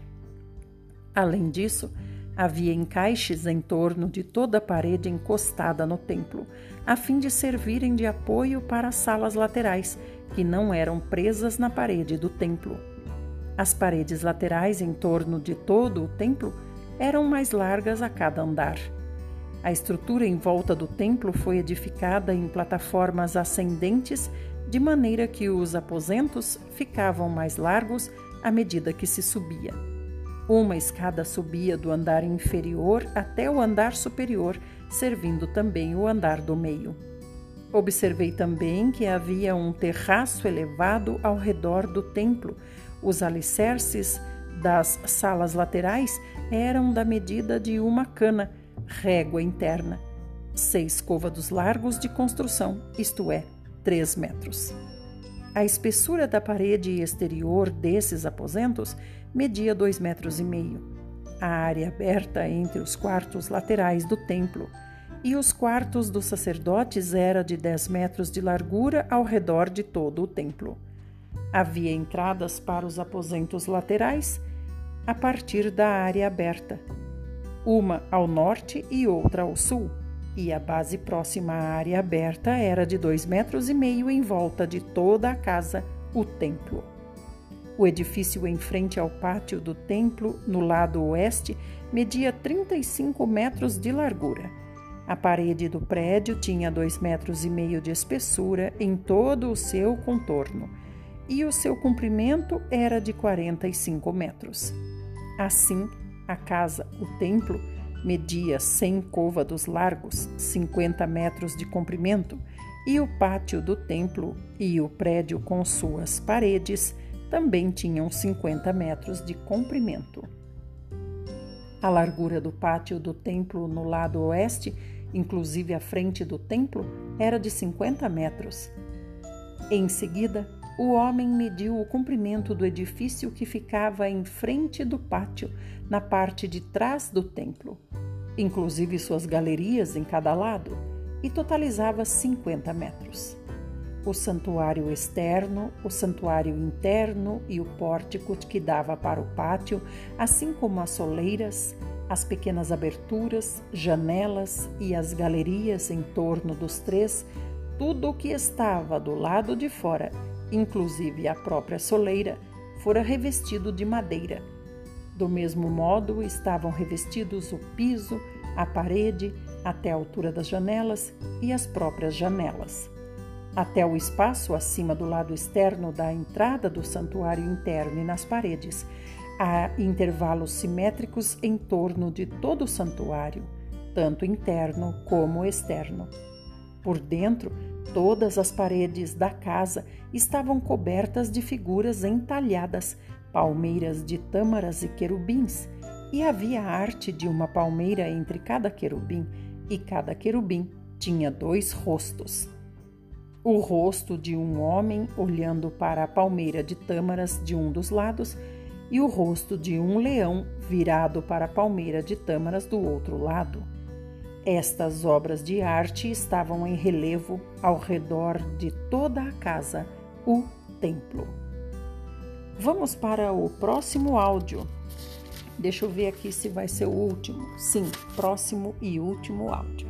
Além disso, havia encaixes em torno de toda a parede encostada no templo, a fim de servirem de apoio para as salas laterais, que não eram presas na parede do templo. As paredes laterais em torno de todo o templo eram mais largas a cada andar. A estrutura em volta do templo foi edificada em plataformas ascendentes, de maneira que os aposentos ficavam mais largos à medida que se subia. Uma escada subia do andar inferior até o andar superior, servindo também o andar do meio. Observei também que havia um terraço elevado ao redor do templo, Os alicerces das salas laterais eram da medida de uma cana, régua interna, 6 côvados largos de construção, isto é, 3 metros. A espessura da parede exterior desses aposentos media 2,5 metros. A área aberta entre os quartos laterais do templo e os quartos dos sacerdotes era de 10 metros de largura ao redor de todo o templo. Havia entradas para os aposentos laterais a partir da área aberta, uma ao norte e outra ao sul, e a base próxima à área aberta era de 2,5 metros em volta de toda a casa, o templo. O edifício em frente ao pátio do templo, no lado oeste, media 35 metros de largura. A parede do prédio tinha 2,5 metros de espessura em todo o seu contorno, e o seu comprimento era de 45 metros. Assim, a casa, o templo, media 100 côvados largos, 50 metros de comprimento, e o pátio do templo e o prédio com suas paredes também tinham 50 metros de comprimento. A largura do pátio do templo no lado oeste, inclusive a frente do templo, era de 50 metros. Em seguida, o homem mediu o comprimento do edifício que ficava em frente do pátio, na parte de trás do templo, inclusive suas galerias em cada lado, e totalizava 50 metros. O santuário externo, o santuário interno e o pórtico que dava para o pátio, assim como as soleiras, as pequenas aberturas, janelas e as galerias em torno dos três, tudo o que estava do lado de fora, inclusive a própria soleira, fora revestido de madeira. Do mesmo modo, estavam revestidos o piso, a parede, até a altura das janelas e as próprias janelas. Até o espaço acima do lado externo da entrada do santuário interno e nas paredes, há intervalos simétricos em torno de todo o santuário, tanto interno como externo. Por dentro, todas as paredes da casa estavam cobertas de figuras entalhadas, palmeiras de tâmaras e querubins, e havia a arte de uma palmeira entre cada querubim, e cada querubim tinha 2 rostos. O rosto de um homem olhando para a palmeira de tâmaras de um dos lados e o rosto de um leão virado para a palmeira de tâmaras do outro lado. Estas obras de arte estavam em relevo ao redor de toda a casa, o templo. Vamos para o próximo áudio. Deixa eu ver aqui se vai ser o último. Sim, próximo e último áudio.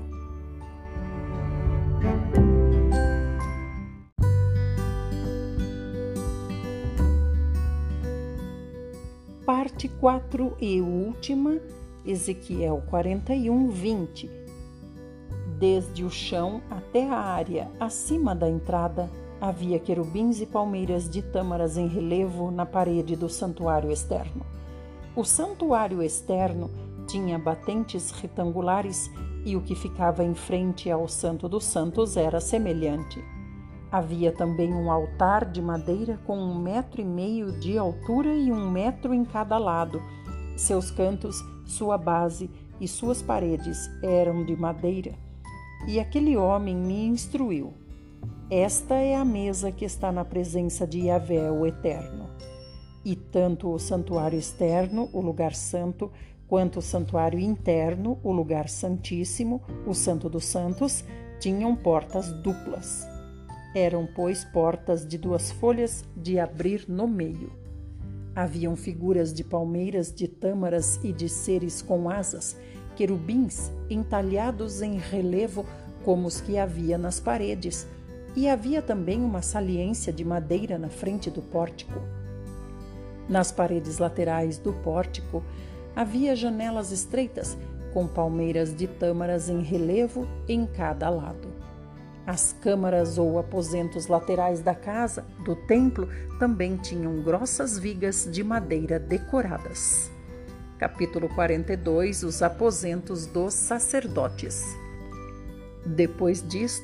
Parte 4 e última, Ezequiel 41, 20. Desde o chão até a área acima da entrada, havia querubins e palmeiras de tâmaras em relevo na parede do santuário externo. O santuário externo tinha batentes retangulares e o que ficava em frente ao Santo dos Santos era semelhante. Havia também um altar de madeira com 1,5 metro de altura e 1 metro em cada lado. Seus cantos, sua base e suas paredes eram de madeira. E aquele homem me instruiu: esta é a mesa que está na presença de Yahvé, o Eterno. E tanto o santuário externo, o lugar santo, quanto o santuário interno, o lugar santíssimo, o Santo dos Santos, tinham portas duplas. Eram, pois, portas de 2 folhas de abrir no meio. Haviam figuras de palmeiras, de tâmaras e de seres com asas, querubins entalhados em relevo como os que havia nas paredes, e havia também uma saliência de madeira na frente do pórtico. Nas paredes laterais do pórtico havia janelas estreitas com palmeiras de tâmaras em relevo em cada lado. As câmaras ou aposentos laterais da casa, do templo, também tinham grossas vigas de madeira decoradas. Capítulo 42. Os aposentos dos sacerdotes. Depois disto,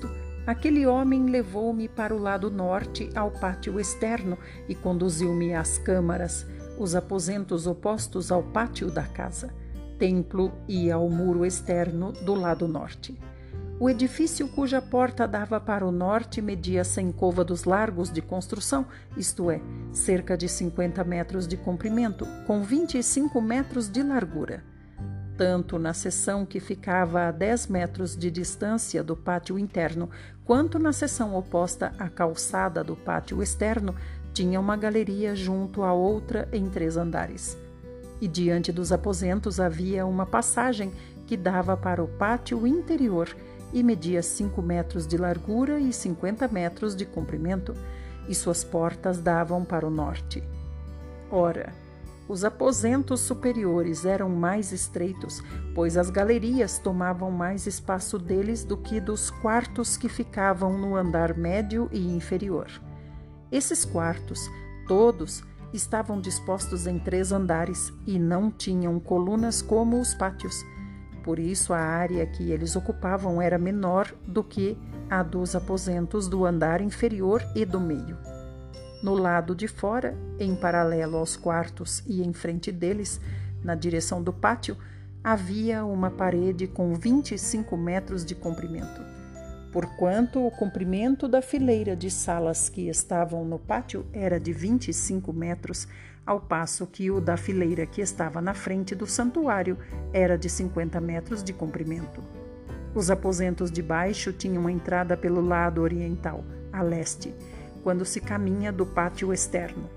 Aquele homem levou-me para o lado norte, ao pátio externo, e conduziu-me às câmaras, os aposentos opostos ao pátio da casa, templo e ao muro externo do lado norte. O edifício cuja porta dava para o norte media 100 côvados largos de construção, isto é, cerca de 50 metros de comprimento, com 25 metros de largura. Tanto na seção que ficava a 10 metros de distância do pátio interno, quanto na seção oposta à calçada do pátio externo, tinha uma galeria junto à outra em 3 andares. E diante dos aposentos havia uma passagem que dava para o pátio interior e media 5 metros de largura e 50 metros de comprimento, e suas portas davam para o norte. Ora, os aposentos superiores eram mais estreitos, pois as galerias tomavam mais espaço deles do que dos quartos que ficavam no andar médio e inferior. Esses quartos, todos, estavam dispostos em 3 andares e não tinham colunas como os pátios. Por isso, a área que eles ocupavam era menor do que a dos aposentos do andar inferior e do meio. No lado de fora, em paralelo aos quartos e em frente deles, na direção do pátio, havia uma parede com 25 metros de comprimento. Porquanto o comprimento da fileira de salas que estavam no pátio era de 25 metros, ao passo que o da fileira que estava na frente do santuário era de 50 metros de comprimento. Os aposentos de baixo tinham entrada pelo lado oriental, a leste, quando se caminha do pátio externo.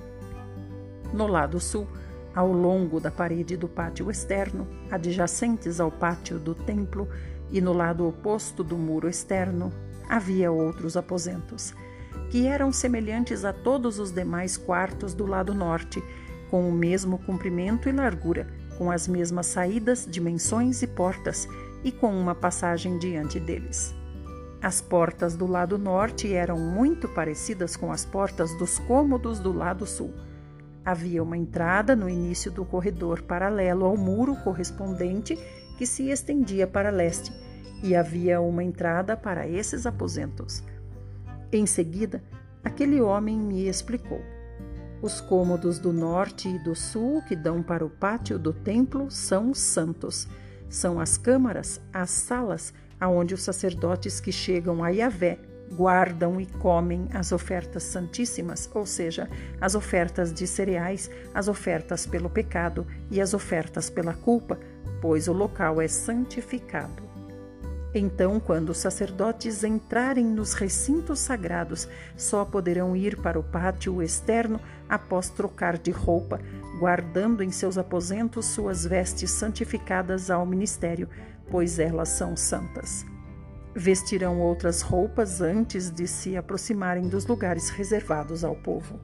No lado sul, ao longo da parede do pátio externo, adjacentes ao pátio do templo, e no lado oposto do muro externo, havia outros aposentos, que eram semelhantes a todos os demais quartos do lado norte, com o mesmo comprimento e largura, com as mesmas saídas, dimensões e portas, e com uma passagem diante deles. As portas do lado norte eram muito parecidas com as portas dos cômodos do lado sul. Havia uma entrada no início do corredor paralelo ao muro correspondente que se estendia para leste, e havia uma entrada para esses aposentos. Em seguida, aquele homem me explicou. Os cômodos do norte e do sul que dão para o pátio do templo são santos. São as câmaras, as salas, aonde os sacerdotes que chegam a Yahvé guardam e comem as ofertas santíssimas, ou seja, as ofertas de cereais, as ofertas pelo pecado e as ofertas pela culpa, pois o local é santificado. Então, quando os sacerdotes entrarem nos recintos sagrados, só poderão ir para o pátio externo após trocar de roupa, guardando em seus aposentos suas vestes santificadas ao ministério, pois elas são santas. Vestirão outras roupas antes de se aproximarem dos lugares reservados ao povo.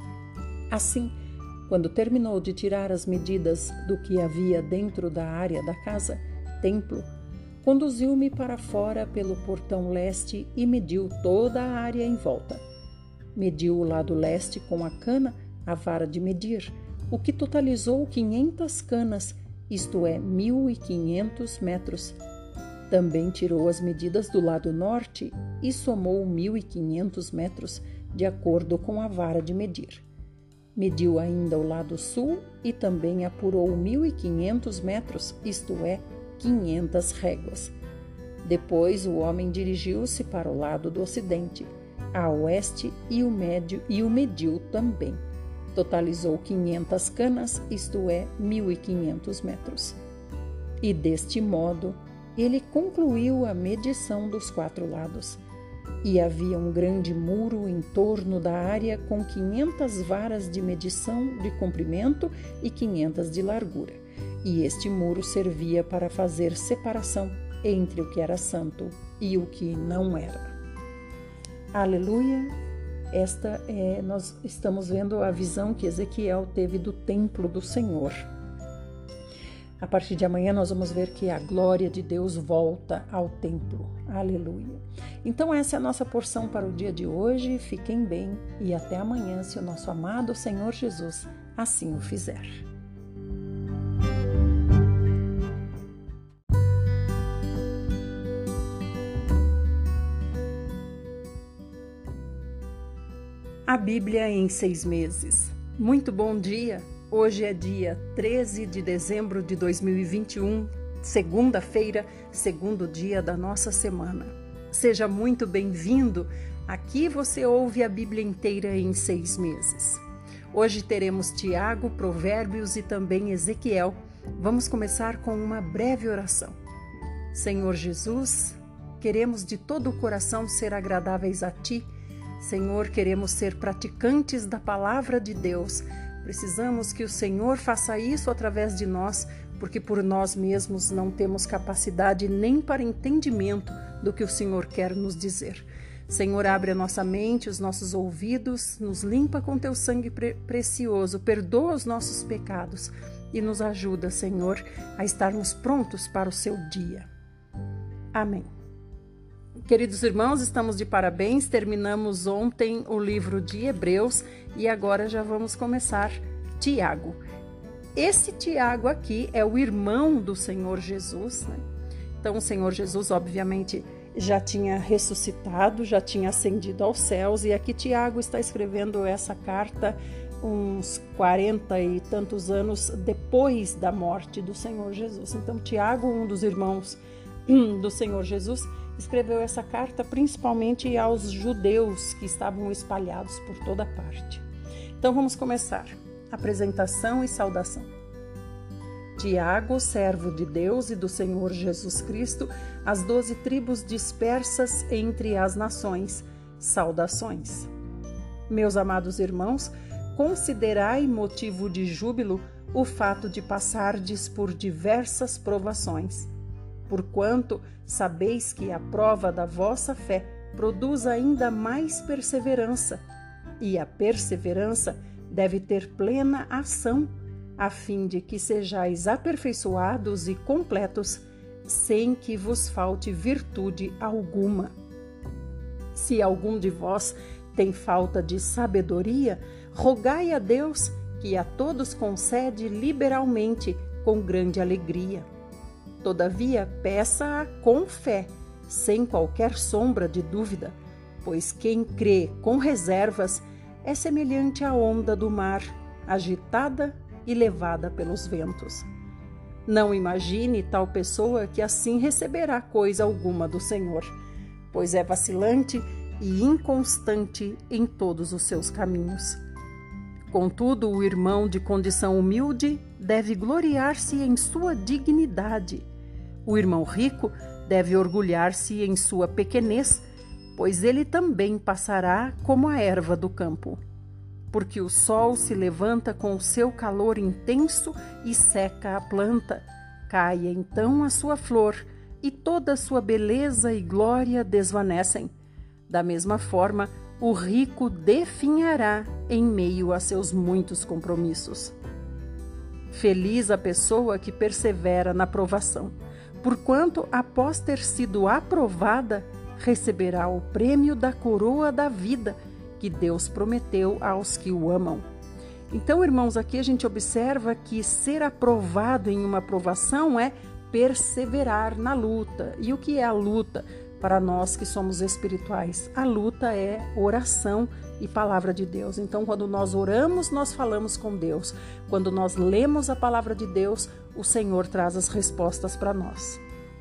Assim, quando terminou de tirar as medidas do que havia dentro da área da casa, templo, conduziu-me para fora pelo portão leste e mediu toda a área em volta. Mediu o lado leste com a cana, a vara de medir, o que totalizou 500 canas, isto é, 1.500 metros. Também tirou as medidas do lado norte e somou 1.500 metros, de acordo com a vara de medir. Mediu ainda o lado sul e também apurou 1.500 metros, isto é, 500 réguas. Depois o homem dirigiu-se para o lado do ocidente, a oeste, e o mediu também. Totalizou 500 canas, isto é, 1.500 metros. E deste modo, ele concluiu a medição dos 4 lados. E havia um grande muro em torno da área com 500 varas de medição de comprimento e 500 de largura. E este muro servia para fazer separação entre o que era santo e o que não era. Aleluia! Nós estamos vendo a visão que Ezequiel teve do templo do Senhor. A partir de amanhã nós vamos ver que a glória de Deus volta ao templo. Aleluia! Então essa é a nossa porção para o dia de hoje. Fiquem bem e até amanhã, se o nosso amado Senhor Jesus assim o fizer. A Bíblia em 6 meses. Muito bom dia! Hoje é dia 13 de dezembro de 2021, segunda-feira, segundo dia da nossa semana. Seja muito bem-vindo! Aqui você ouve a Bíblia inteira em 6 meses. Hoje teremos Tiago, Provérbios e também Ezequiel. Vamos começar com uma breve oração. Senhor Jesus, queremos de todo o coração ser agradáveis a Ti. Senhor, queremos ser praticantes da palavra de Deus. Precisamos que o Senhor faça isso através de nós, porque por nós mesmos não temos capacidade nem para entendimento do que o Senhor quer nos dizer. Senhor, abre a nossa mente, os nossos ouvidos, nos limpa com Teu sangue precioso, perdoa os nossos pecados e nos ajuda, Senhor, a estarmos prontos para o Seu dia. Amém. Queridos irmãos, estamos de parabéns, terminamos ontem o livro de Hebreus e agora já vamos começar Tiago. Esse Tiago aqui é o irmão do Senhor Jesus, né? Então o Senhor Jesus obviamente já tinha ressuscitado, já tinha ascendido aos céus e aqui Tiago está escrevendo essa carta uns 40 e tantos anos depois da morte do Senhor Jesus. Então Tiago, um dos irmãos do Senhor Jesus, escreveu essa carta principalmente aos judeus que estavam espalhados por toda parte. Então vamos começar. Apresentação e saudação. Tiago, servo de Deus e do Senhor Jesus Cristo, as 12 tribos dispersas entre as nações, saudações. Meus amados irmãos, considerai motivo de júbilo o fato de passardes por diversas provações, porquanto sabeis que a prova da vossa fé produz ainda mais perseverança, e a perseverança deve ter plena ação, a fim de que sejais aperfeiçoados e completos, sem que vos falte virtude alguma. Se algum de vós tem falta de sabedoria, rogai a Deus, que a todos concede liberalmente, com grande alegria. Todavia, peça-a com fé, sem qualquer sombra de dúvida, pois quem crê com reservas é semelhante à onda do mar, agitada e levada pelos ventos. Não imagine tal pessoa que assim receberá coisa alguma do Senhor, pois é vacilante e inconstante em todos os seus caminhos. Contudo, o irmão de condição humilde deve gloriar-se em sua dignidade. O irmão rico deve orgulhar-se em sua pequenez, pois ele também passará como a erva do campo. Porque o sol se levanta com o seu calor intenso e seca a planta. Cai então a sua flor, e toda a sua beleza e glória desvanecem. Da mesma forma, o rico definhará em meio a seus muitos compromissos. Feliz a pessoa que persevera na provação, porquanto, após ter sido aprovada, receberá o prêmio da coroa da vida que Deus prometeu aos que o amam. Então, irmãos, aqui a gente observa que ser aprovado em uma provação é perseverar na luta. E o que é a luta? Para nós que somos espirituais, a luta é oração e palavra de Deus. Então, quando nós oramos, nós falamos com Deus. Quando nós lemos a palavra de Deus, o Senhor traz as respostas para nós.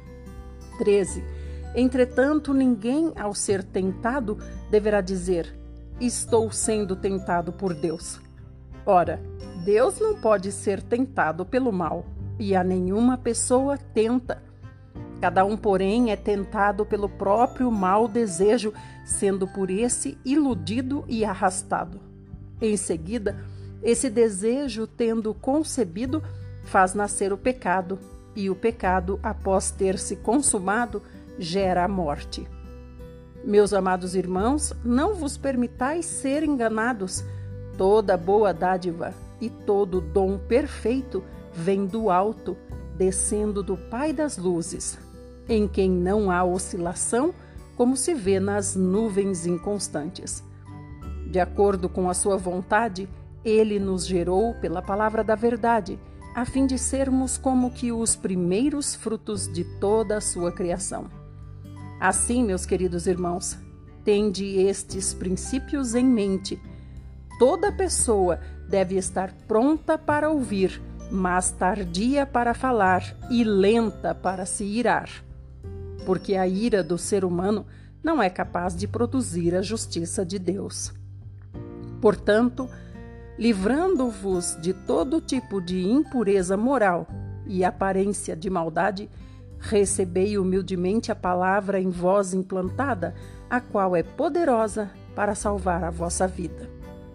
13. Entretanto, ninguém, ao ser tentado, deverá dizer: estou sendo tentado por Deus. Ora, Deus não pode ser tentado pelo mal, e a nenhuma pessoa tenta. Cada um, porém, é tentado pelo próprio mau desejo, sendo por esse iludido e arrastado. Em seguida, esse desejo, tendo concebido, faz nascer o pecado, e o pecado, após ter se consumado, gera a morte. Meus amados irmãos, não vos permitais ser enganados. Toda boa dádiva e todo dom perfeito vem do alto, descendo do Pai das luzes, em quem não há oscilação, como se vê nas nuvens inconstantes. De acordo com a sua vontade, Ele nos gerou pela palavra da verdade, a fim de sermos como que os primeiros frutos de toda a sua criação. Assim, meus queridos irmãos, tende estes princípios em mente. toda pessoa deve estar pronta para ouvir, mas tardia para falar e lenta para se irar. Porque a ira do ser humano não é capaz de produzir a justiça de Deus. Portanto, livrando-vos de todo tipo de impureza moral e aparência de maldade, recebei humildemente a palavra em vós implantada, a qual é poderosa para salvar a vossa vida.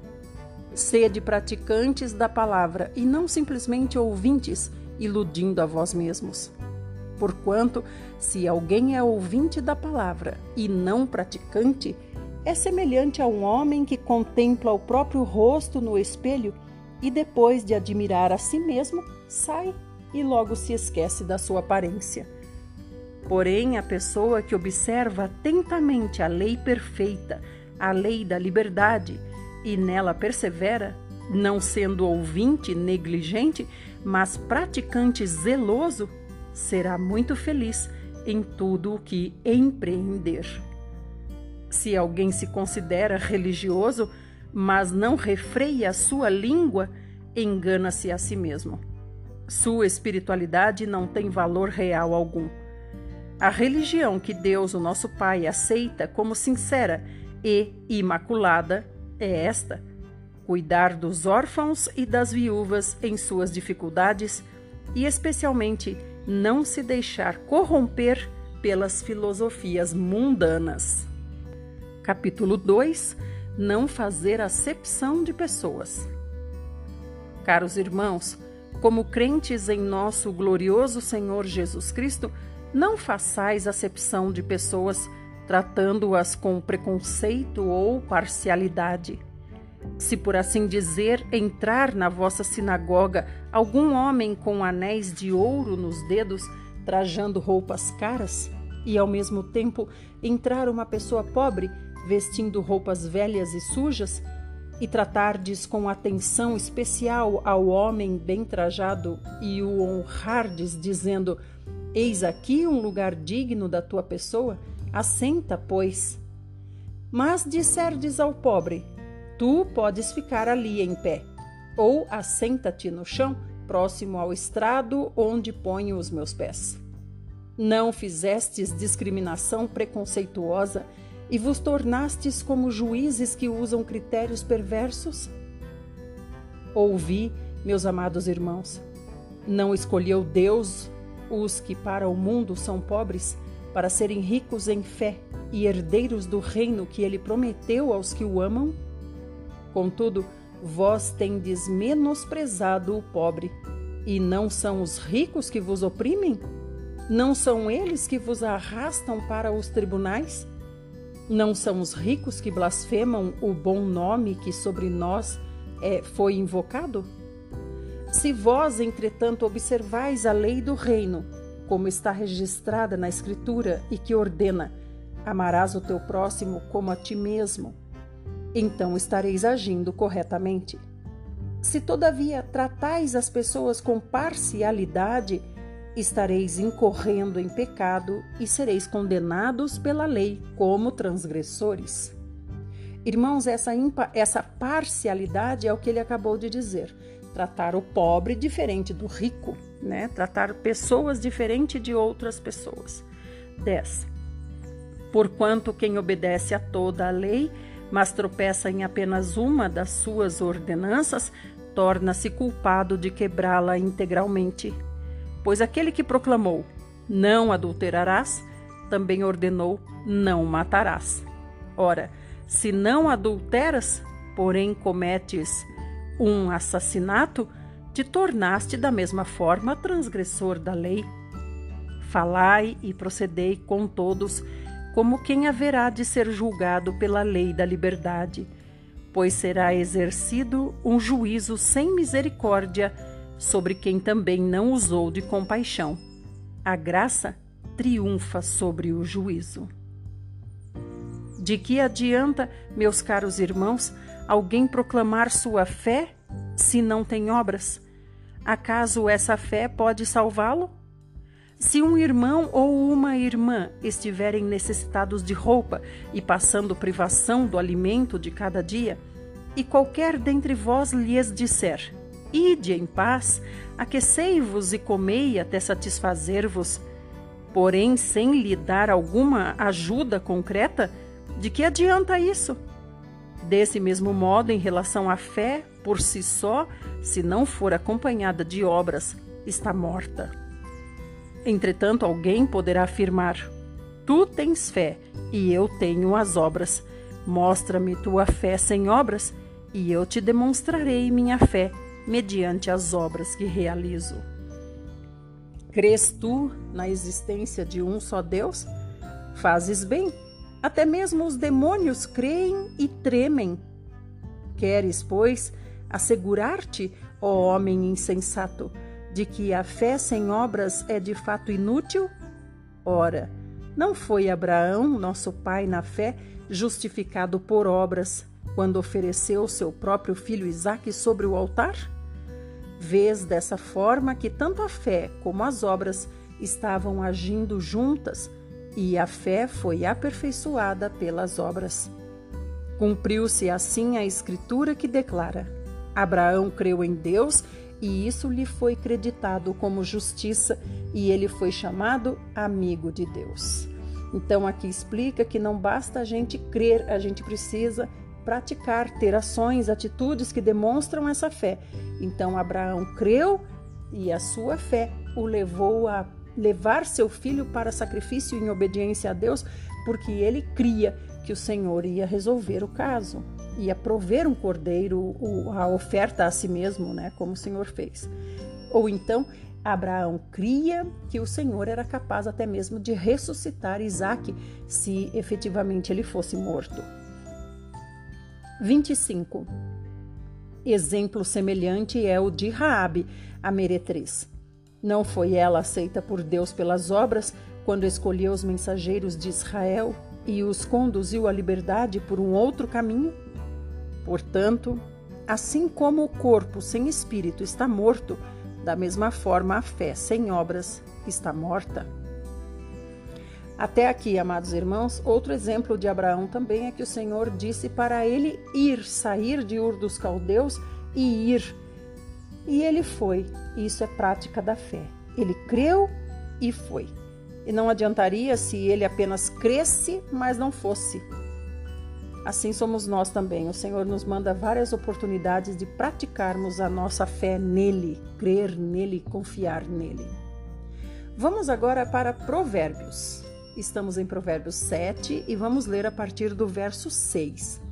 Sede praticantes da palavra e não simplesmente ouvintes, iludindo a vós mesmos. Porquanto, se alguém é ouvinte da palavra e não praticante, é semelhante a um homem que contempla o próprio rosto no espelho e, depois de admirar a si mesmo, sai e logo se esquece da sua aparência. Porém, a pessoa que observa atentamente a lei perfeita, a lei da liberdade, e nela persevera, não sendo ouvinte negligente, mas praticante zeloso, será muito feliz em tudo o que empreender. Se alguém se considera religioso, mas não refreia a sua língua, engana-se a si mesmo. Sua espiritualidade não tem valor real algum. A religião que Deus, o nosso Pai, aceita como sincera e imaculada é esta: cuidar dos órfãos e das viúvas em suas dificuldades e, especialmente, não se deixar corromper pelas filosofias mundanas. Capítulo 2. Não fazer acepção de pessoas. Caros irmãos, como crentes em nosso glorioso Senhor Jesus Cristo, não façais acepção de pessoas, tratando-as com preconceito ou parcialidade. Se, por assim dizer, entrar na vossa sinagoga algum homem com anéis de ouro nos dedos, trajando roupas caras, e ao mesmo tempo entrar uma pessoa pobre, vestindo roupas velhas e sujas, e tratardes com atenção especial ao homem bem trajado e o honrardes, dizendo: eis aqui um lugar digno da tua pessoa, assenta, pois. Mas disserdes ao pobre: tu podes ficar ali em pé, ou assenta-te no chão, próximo ao estrado onde ponho os meus pés. Não fizestes discriminação preconceituosa e vos tornastes como juízes que usam critérios perversos? Ouvi, meus amados irmãos, não escolheu Deus os que para o mundo são pobres, para serem ricos em fé e herdeiros do reino que ele prometeu aos que o amam? Contudo, vós tendes menosprezado o pobre, e não são os ricos que vos oprimem? Não são eles que vos arrastam para os tribunais? Não são os ricos que blasfemam o bom nome que sobre nós foi invocado? Se vós, entretanto, observais a lei do reino, como está registrada na Escritura e que ordena: amarás o teu próximo como a ti mesmo, então estareis agindo corretamente. Se, todavia, tratais as pessoas com parcialidade, estareis incorrendo em pecado e sereis condenados pela lei como transgressores. Irmãos, essa parcialidade é o que ele acabou de dizer. Tratar o pobre diferente do rico, né? Tratar pessoas diferente de outras pessoas. 10. Porquanto quem obedece a toda a lei, mas tropeça em apenas uma das suas ordenanças, torna-se culpado de quebrá-la integralmente. Pois aquele que proclamou: não adulterarás, também ordenou: não matarás. Ora, se não adulteras, porém cometes um assassinato, te tornaste da mesma forma transgressor da lei. Falai e procedei com todos, como quem haverá de ser julgado pela lei da liberdade, pois será exercido um juízo sem misericórdia sobre quem também não usou de compaixão. A graça triunfa sobre o juízo. De que adianta, meus caros irmãos, alguém proclamar sua fé se não tem obras? Acaso essa fé pode salvá-lo? Se um irmão ou uma irmã estiverem necessitados de roupa e passando privação do alimento de cada dia, e qualquer dentre vós lhes disser: ide em paz, aquecei-vos e comei até satisfazer-vos, porém sem lhe dar alguma ajuda concreta, de que adianta isso? Desse mesmo modo, em relação à fé, por si só, se não for acompanhada de obras, está morta. Entretanto, alguém poderá afirmar: tu tens fé e eu tenho as obras. Mostra-me tua fé sem obras e eu te demonstrarei minha fé mediante as obras que realizo. Crês tu na existência de um só Deus? Fazes bem. Até mesmo os demônios creem e tremem. Queres, pois, assegurar-te, ó homem insensato, de que a fé sem obras é de fato inútil? Ora, não foi Abraão, nosso pai na fé, justificado por obras, quando ofereceu seu próprio filho Isaque sobre o altar? Vês dessa forma que tanto a fé como as obras estavam agindo juntas, e a fé foi aperfeiçoada pelas obras. Cumpriu-se assim a escritura que declara: Abraão creu em Deus e isso lhe foi creditado como justiça, e ele foi chamado amigo de Deus. Então aqui explica que não basta a gente crer, a gente precisa praticar, ter ações, atitudes que demonstram essa fé. Então Abraão creu e a sua fé o levou a levar seu filho para sacrifício em obediência a Deus, porque ele cria que o Senhor ia resolver o caso, ia prover um cordeiro, a oferta a si mesmo, né, como o Senhor fez. Ou então Abraão cria que o Senhor era capaz até mesmo de ressuscitar Isaque, se efetivamente ele fosse morto. 25. Exemplo semelhante é o de Raabe, a meretriz. Não foi ela aceita por Deus pelas obras, quando escolheu os mensageiros de Israel e os conduziu à liberdade por um outro caminho? Portanto, assim como o corpo sem espírito está morto, da mesma forma a fé sem obras está morta. Até aqui, amados irmãos, outro exemplo de Abraão também é que o Senhor disse para ele sair de Ur dos Caldeus e ir. E ele foi. Isso é prática da fé. Ele creu e foi. E não adiantaria se ele apenas cresce, mas não fosse. Assim somos nós também. O Senhor nos manda várias oportunidades de praticarmos a nossa fé nele, crer nele, confiar nele. Vamos agora para Provérbios. Estamos em Provérbios 7 e vamos ler a partir do verso 6.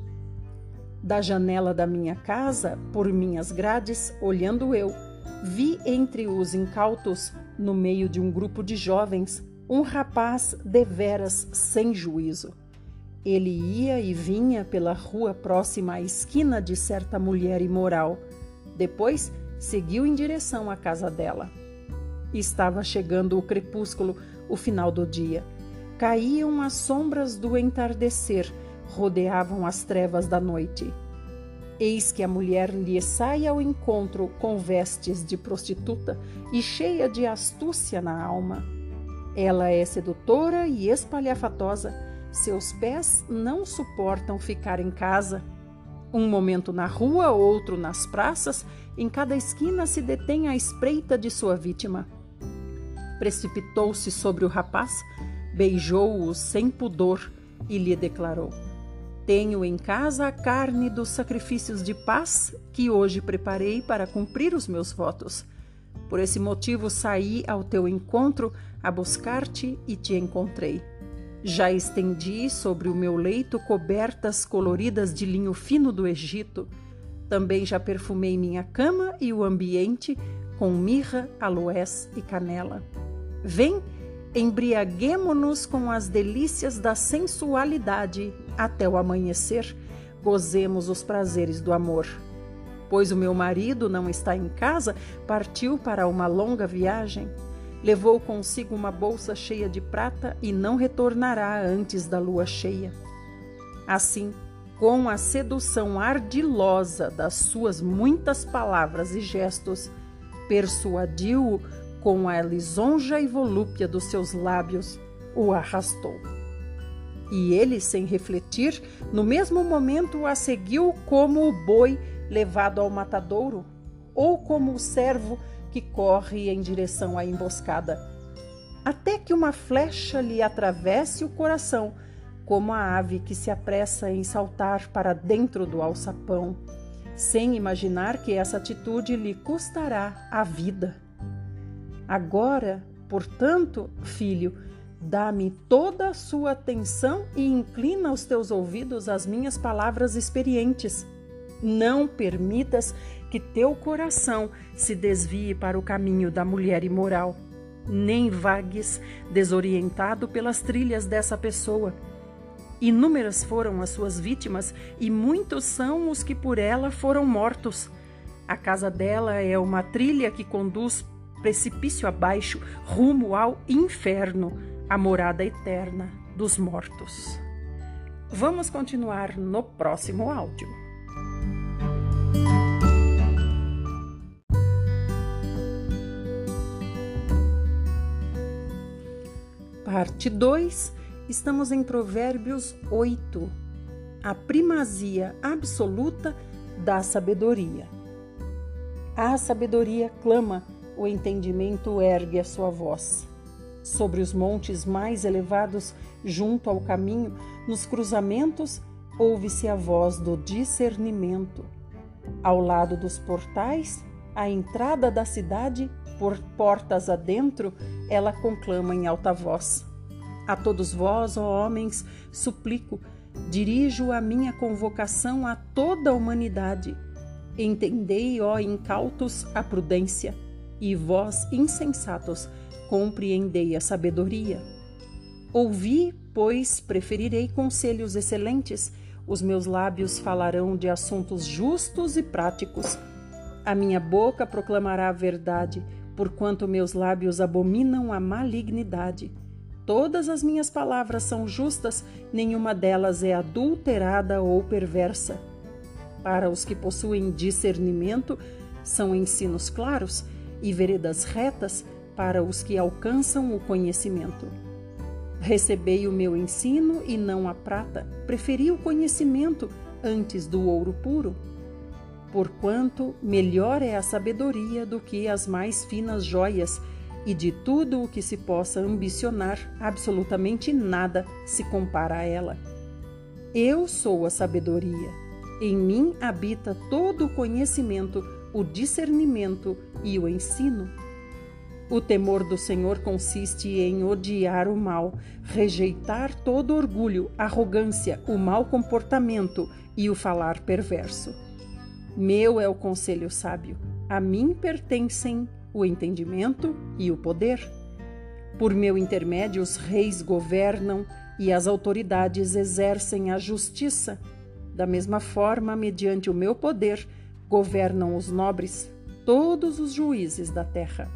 Da janela da minha casa, por minhas grades, olhando eu, vi entre os incautos, no meio de um grupo de jovens, um rapaz deveras sem juízo. Ele ia e vinha pela rua próxima à esquina de certa mulher imoral. Depois, seguiu em direção à casa dela. Estava chegando o crepúsculo, o final do dia. Caíam as sombras do entardecer, rodeavam as trevas da noite. Eis que a mulher lhe sai ao encontro com vestes de prostituta e cheia de astúcia na alma. Ela é sedutora e espalhafatosa, seus pés não suportam ficar em casa. Um momento na rua, outro nas praças, em cada esquina se detém à espreita de sua vítima. Precipitou-se sobre o rapaz, beijou-o sem pudor e lhe declarou: tenho em casa a carne dos sacrifícios de paz que hoje preparei para cumprir os meus votos. Por esse motivo saí ao teu encontro a buscar-te e te encontrei. Já estendi sobre o meu leito cobertas coloridas de linho fino do Egito. Também já perfumei minha cama e o ambiente com mirra, aloés e canela. Vem, embriaguemo-nos com as delícias da sensualidade até o amanhecer, gozemos os prazeres do amor. Pois o meu marido não está em casa, partiu para uma longa viagem. Levou consigo uma bolsa cheia de prata e não retornará antes da lua cheia. Assim, com a sedução ardilosa das suas muitas palavras e gestos, persuadiu-o com a lisonja e volúpia dos seus lábios, o arrastou. E ele, sem refletir, no mesmo momento a seguiu como o boi levado ao matadouro, ou como o cervo que corre em direção à emboscada, até que uma flecha lhe atravesse o coração, como a ave que se apressa em saltar para dentro do alçapão, sem imaginar que essa atitude lhe custará a vida. Agora, portanto, filho, dá-me toda a sua atenção e inclina os teus ouvidos às minhas palavras experientes. Não permitas que teu coração se desvie para o caminho da mulher imoral, nem vagues desorientado pelas trilhas dessa pessoa. Inúmeras foram as suas vítimas e muitos são os que por ela foram mortos. A casa dela é uma trilha que conduz precipício abaixo, rumo ao inferno, a morada eterna dos mortos. Vamos continuar no próximo áudio. Parte 2, estamos em Provérbios 8, a primazia absoluta da sabedoria. A sabedoria clama, o entendimento ergue a sua voz. Sobre os montes mais elevados, junto ao caminho, nos cruzamentos, ouve-se a voz do discernimento. Ao lado dos portais, à entrada da cidade, por portas adentro, ela conclama em alta voz. A todos vós, ó homens, suplico, dirijo a minha convocação a toda a humanidade. Entendei, ó incautos, a prudência, e vós, insensatos, compreendei a sabedoria. Ouvi, pois preferirei conselhos excelentes, os meus lábios falarão de assuntos justos e práticos. A minha boca proclamará a verdade, porquanto meus lábios abominam a malignidade. Todas as minhas palavras são justas, nenhuma delas é adulterada ou perversa. Para os que possuem discernimento, são ensinos claros e veredas retas para os que alcançam o conhecimento. Recebei o meu ensino e não a prata, preferi o conhecimento antes do ouro puro. Porquanto melhor é a sabedoria do que as mais finas joias, e de tudo o que se possa ambicionar, absolutamente nada se compara a ela. Eu sou a sabedoria. Em mim habita todo o conhecimento, o discernimento e o ensino. O temor do Senhor consiste em odiar o mal, rejeitar todo orgulho, arrogância, o mau comportamento e o falar perverso. Meu é o conselho sábio, a mim pertencem o entendimento e o poder. Por meu intermédio os reis governam e as autoridades exercem a justiça. Da mesma forma, mediante o meu poder, governam os nobres, todos os juízes da terra.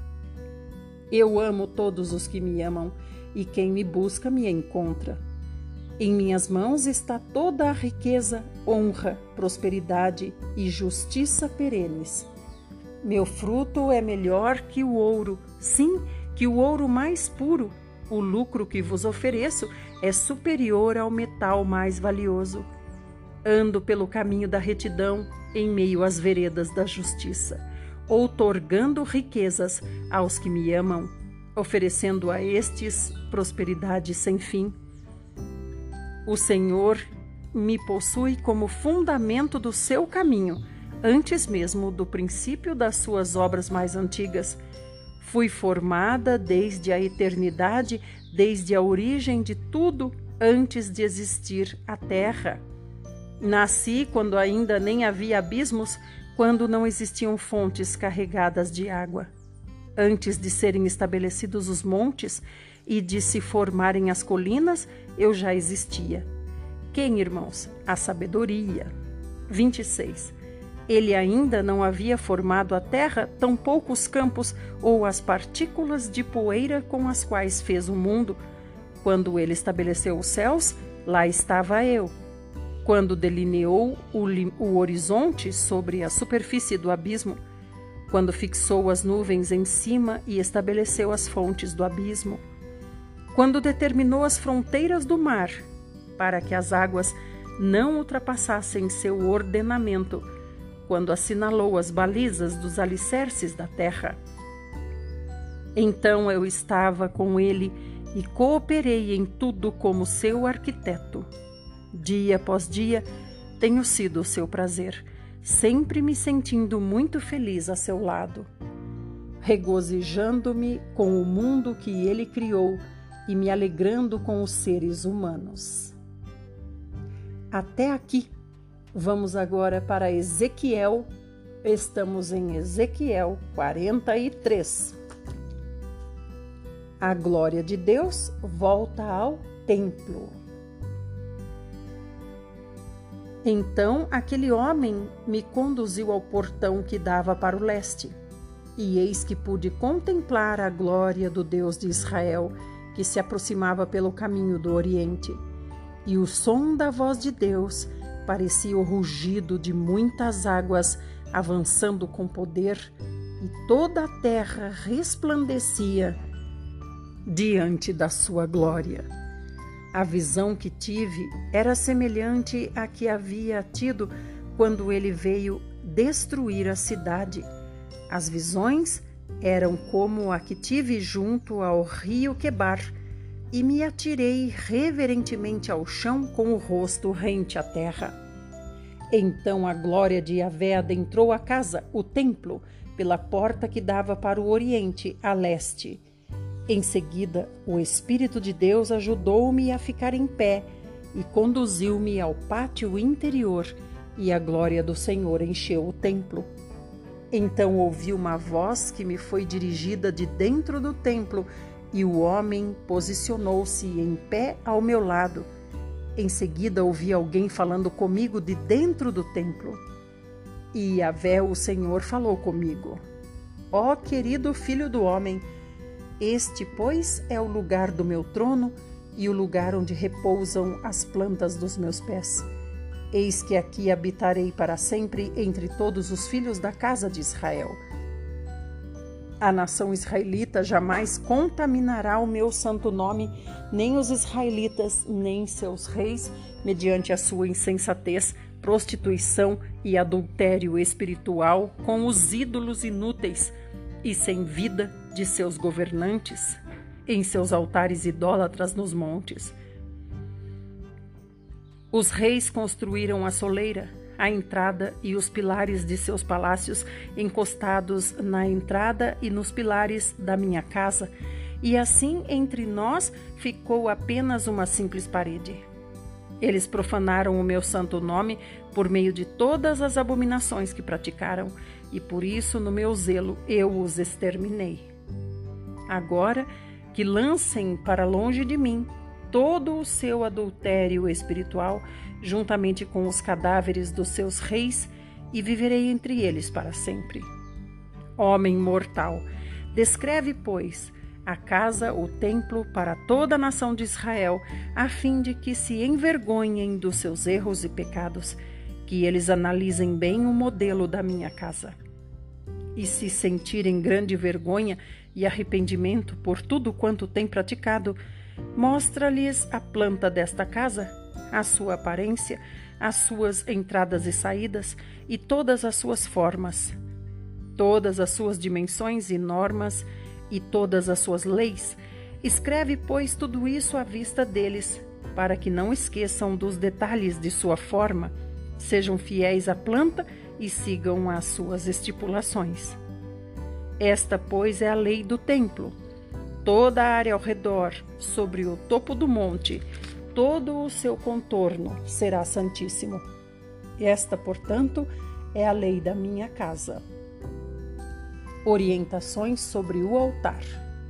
Eu amo todos os que me amam, e quem me busca me encontra. Em minhas mãos está toda a riqueza, honra, prosperidade e justiça perenes. Meu fruto é melhor que o ouro, sim, que o ouro mais puro. O lucro que vos ofereço é superior ao metal mais valioso. Ando pelo caminho da retidão, em meio às veredas da justiça, outorgando riquezas aos que me amam, oferecendo a estes prosperidade sem fim. O Senhor me possui como fundamento do seu caminho, antes mesmo do princípio das suas obras mais antigas. Fui formada desde a eternidade, desde a origem de tudo, antes de existir a terra. Nasci quando ainda nem havia abismos, quando não existiam fontes carregadas de água. Antes de serem estabelecidos os montes e de se formarem as colinas, eu já existia. Quem, irmãos? A sabedoria. 26. Ele ainda não havia formado a terra, tampouco os campos ou as partículas de poeira com as quais fez o mundo. Quando ele estabeleceu os céus, lá estava eu. Quando delineou o horizonte sobre a superfície do abismo, quando fixou as nuvens em cima e estabeleceu as fontes do abismo, quando determinou as fronteiras do mar, para que as águas não ultrapassassem seu ordenamento, quando assinalou as balizas dos alicerces da terra. Então eu estava com ele e cooperei em tudo como seu arquiteto. Dia após dia tenho sido o seu prazer, sempre me sentindo muito feliz a seu lado, regozijando-me com o mundo que ele criou e me alegrando com os seres humanos. Até aqui. Vamos agora para Ezequiel. Estamos em Ezequiel 43. A glória de Deus volta ao templo. Então aquele homem me conduziu ao portão que dava para o leste, e eis que pude contemplar a glória do Deus de Israel, que se aproximava pelo caminho do Oriente. E o som da voz de Deus parecia o rugido de muitas águas avançando com poder, e toda a terra resplandecia diante da sua glória. A visão que tive era semelhante à que havia tido quando ele veio destruir a cidade. As visões eram como a que tive junto ao rio Quebar, e me atirei reverentemente ao chão com o rosto rente à terra. Então a glória de Yahvé adentrou a casa, o templo, pela porta que dava para o oriente, a leste. Em seguida, o Espírito de Deus ajudou-me a ficar em pé e conduziu-me ao pátio interior, e a glória do Senhor encheu o templo. Então ouvi uma voz que me foi dirigida de dentro do templo, e o homem posicionou-se em pé ao meu lado. Em seguida ouvi alguém falando comigo de dentro do templo. E Yahvé, o Senhor, falou comigo: Ó querido filho do homem, este, pois, é o lugar do meu trono e o lugar onde repousam as plantas dos meus pés. Eis que aqui habitarei para sempre entre todos os filhos da casa de Israel. A nação israelita jamais contaminará o meu santo nome, nem os israelitas, nem seus reis, mediante a sua insensatez, prostituição e adultério espiritual com os ídolos inúteis e sem vida de seus governantes, em seus altares idólatras nos montes. Os reis construíram a soleira, a entrada e os pilares de seus palácios encostados na entrada e nos pilares da minha casa, e assim entre nós ficou apenas uma simples parede. Eles profanaram o meu santo nome por meio de todas as abominações que praticaram, e por isso, no meu zelo, eu os exterminei. Agora que lancem para longe de mim todo o seu adultério espiritual, juntamente com os cadáveres dos seus reis, e viverei entre eles para sempre. Homem mortal, descreve, pois, a casa, o templo, para toda a nação de Israel, a fim de que se envergonhem dos seus erros e pecados, que eles analisem bem o modelo da minha casa. E se sentirem grande vergonha e arrependimento por tudo quanto têm praticado, mostra-lhes a planta desta casa, a sua aparência, as suas entradas e saídas e todas as suas formas, todas as suas dimensões e normas e todas as suas leis. Escreve, pois, tudo isso à vista deles, para que não esqueçam dos detalhes de sua forma, sejam fiéis à planta e sigam as suas estipulações. Esta, pois, é a lei do templo. Toda a área ao redor, sobre o topo do monte, todo o seu contorno será santíssimo. Esta, portanto, é a lei da minha casa. Orientações sobre o altar.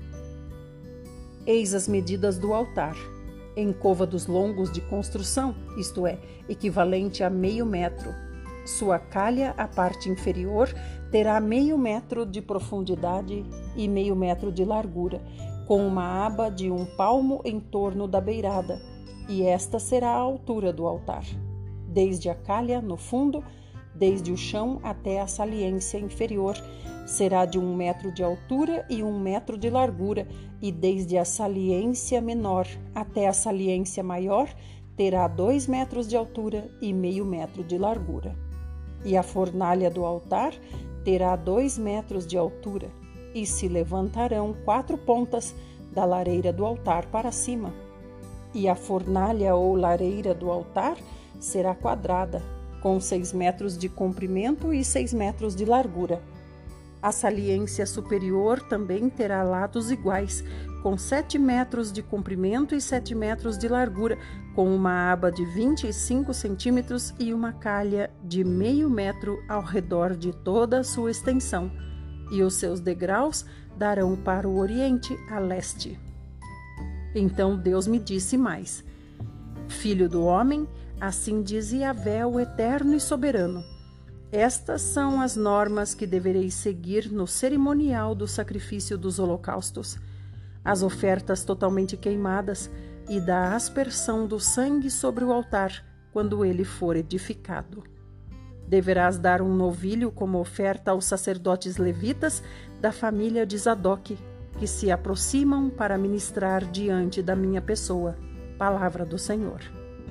Eis as medidas do altar. Em côvados longos de construção, isto é, equivalente a 0,5 metro. Sua calha, a parte inferior, terá 0,5 metro de profundidade e 0,5 metro de largura, com uma aba de 1 palmo em torno da beirada, e esta será a altura do altar. Desde a calha, no fundo, desde o chão até a saliência inferior, será de 1 metro de altura e 1 metro de largura, e desde a saliência menor até a saliência maior, terá 2 metros de altura e meio metro de largura. E a fornalha do altar terá 2 metros de altura, e se levantarão 4 pontas da lareira do altar para cima. E a fornalha ou lareira do altar será quadrada, com 6 metros de comprimento e 6 metros de largura. A saliência superior também terá lados iguais, com 7 metros de comprimento e 7 metros de largura, com uma aba de 25 centímetros e uma calha de meio metro ao redor de toda a sua extensão, e os seus degraus darão para o oriente a leste. Então Deus me disse mais: Filho do homem, assim diz Yahvé, o eterno e soberano: estas são as normas que devereis seguir no cerimonial do sacrifício dos holocaustos, as ofertas totalmente queimadas e da aspersão do sangue sobre o altar, quando ele for edificado. Deverás dar um novilho como oferta aos sacerdotes levitas da família de Zadoque, que se aproximam para ministrar diante da minha pessoa. Palavra do Senhor.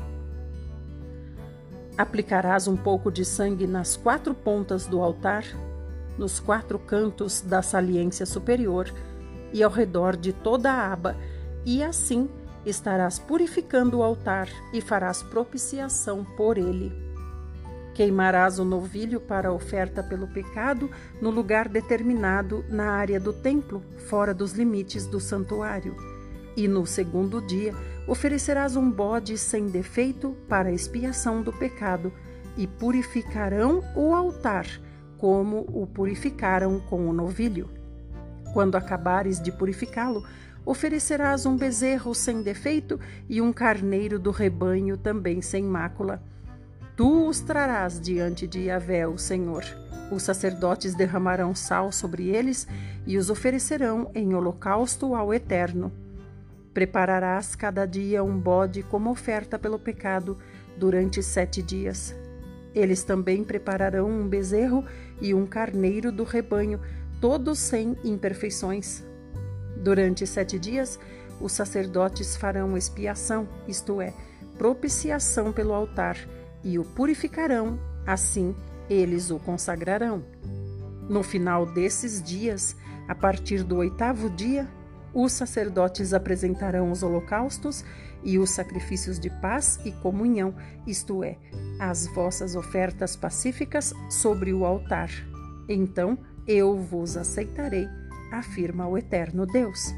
Aplicarás um pouco de sangue nas 4 pontas do altar, nos 4 cantos da saliência superior e ao redor de toda a aba, e assim estarás purificando o altar e farás propiciação por ele. Queimarás o novilho para a oferta pelo pecado no lugar determinado na área do templo, fora dos limites do santuário. E no 2º dia oferecerás um bode sem defeito para a expiação do pecado, e purificarão o altar, como o purificaram com o novilho. Quando acabares de purificá-lo, oferecerás um bezerro sem defeito e um carneiro do rebanho também sem mácula. Tu os trarás diante de Yahvé, o Senhor. Os sacerdotes derramarão sal sobre eles e os oferecerão em holocausto ao Eterno. Prepararás cada dia um bode como oferta pelo pecado durante 7 dias. Eles também prepararão um bezerro e um carneiro do rebanho, todos sem imperfeições. Durante 7 dias, os sacerdotes farão expiação, isto é, propiciação pelo altar, e o purificarão, assim eles o consagrarão. No final desses dias, a partir do 8º dia, os sacerdotes apresentarão os holocaustos e os sacrifícios de paz e comunhão, isto é, as vossas ofertas pacíficas sobre o altar. Então eu vos aceitarei, afirma o eterno Deus.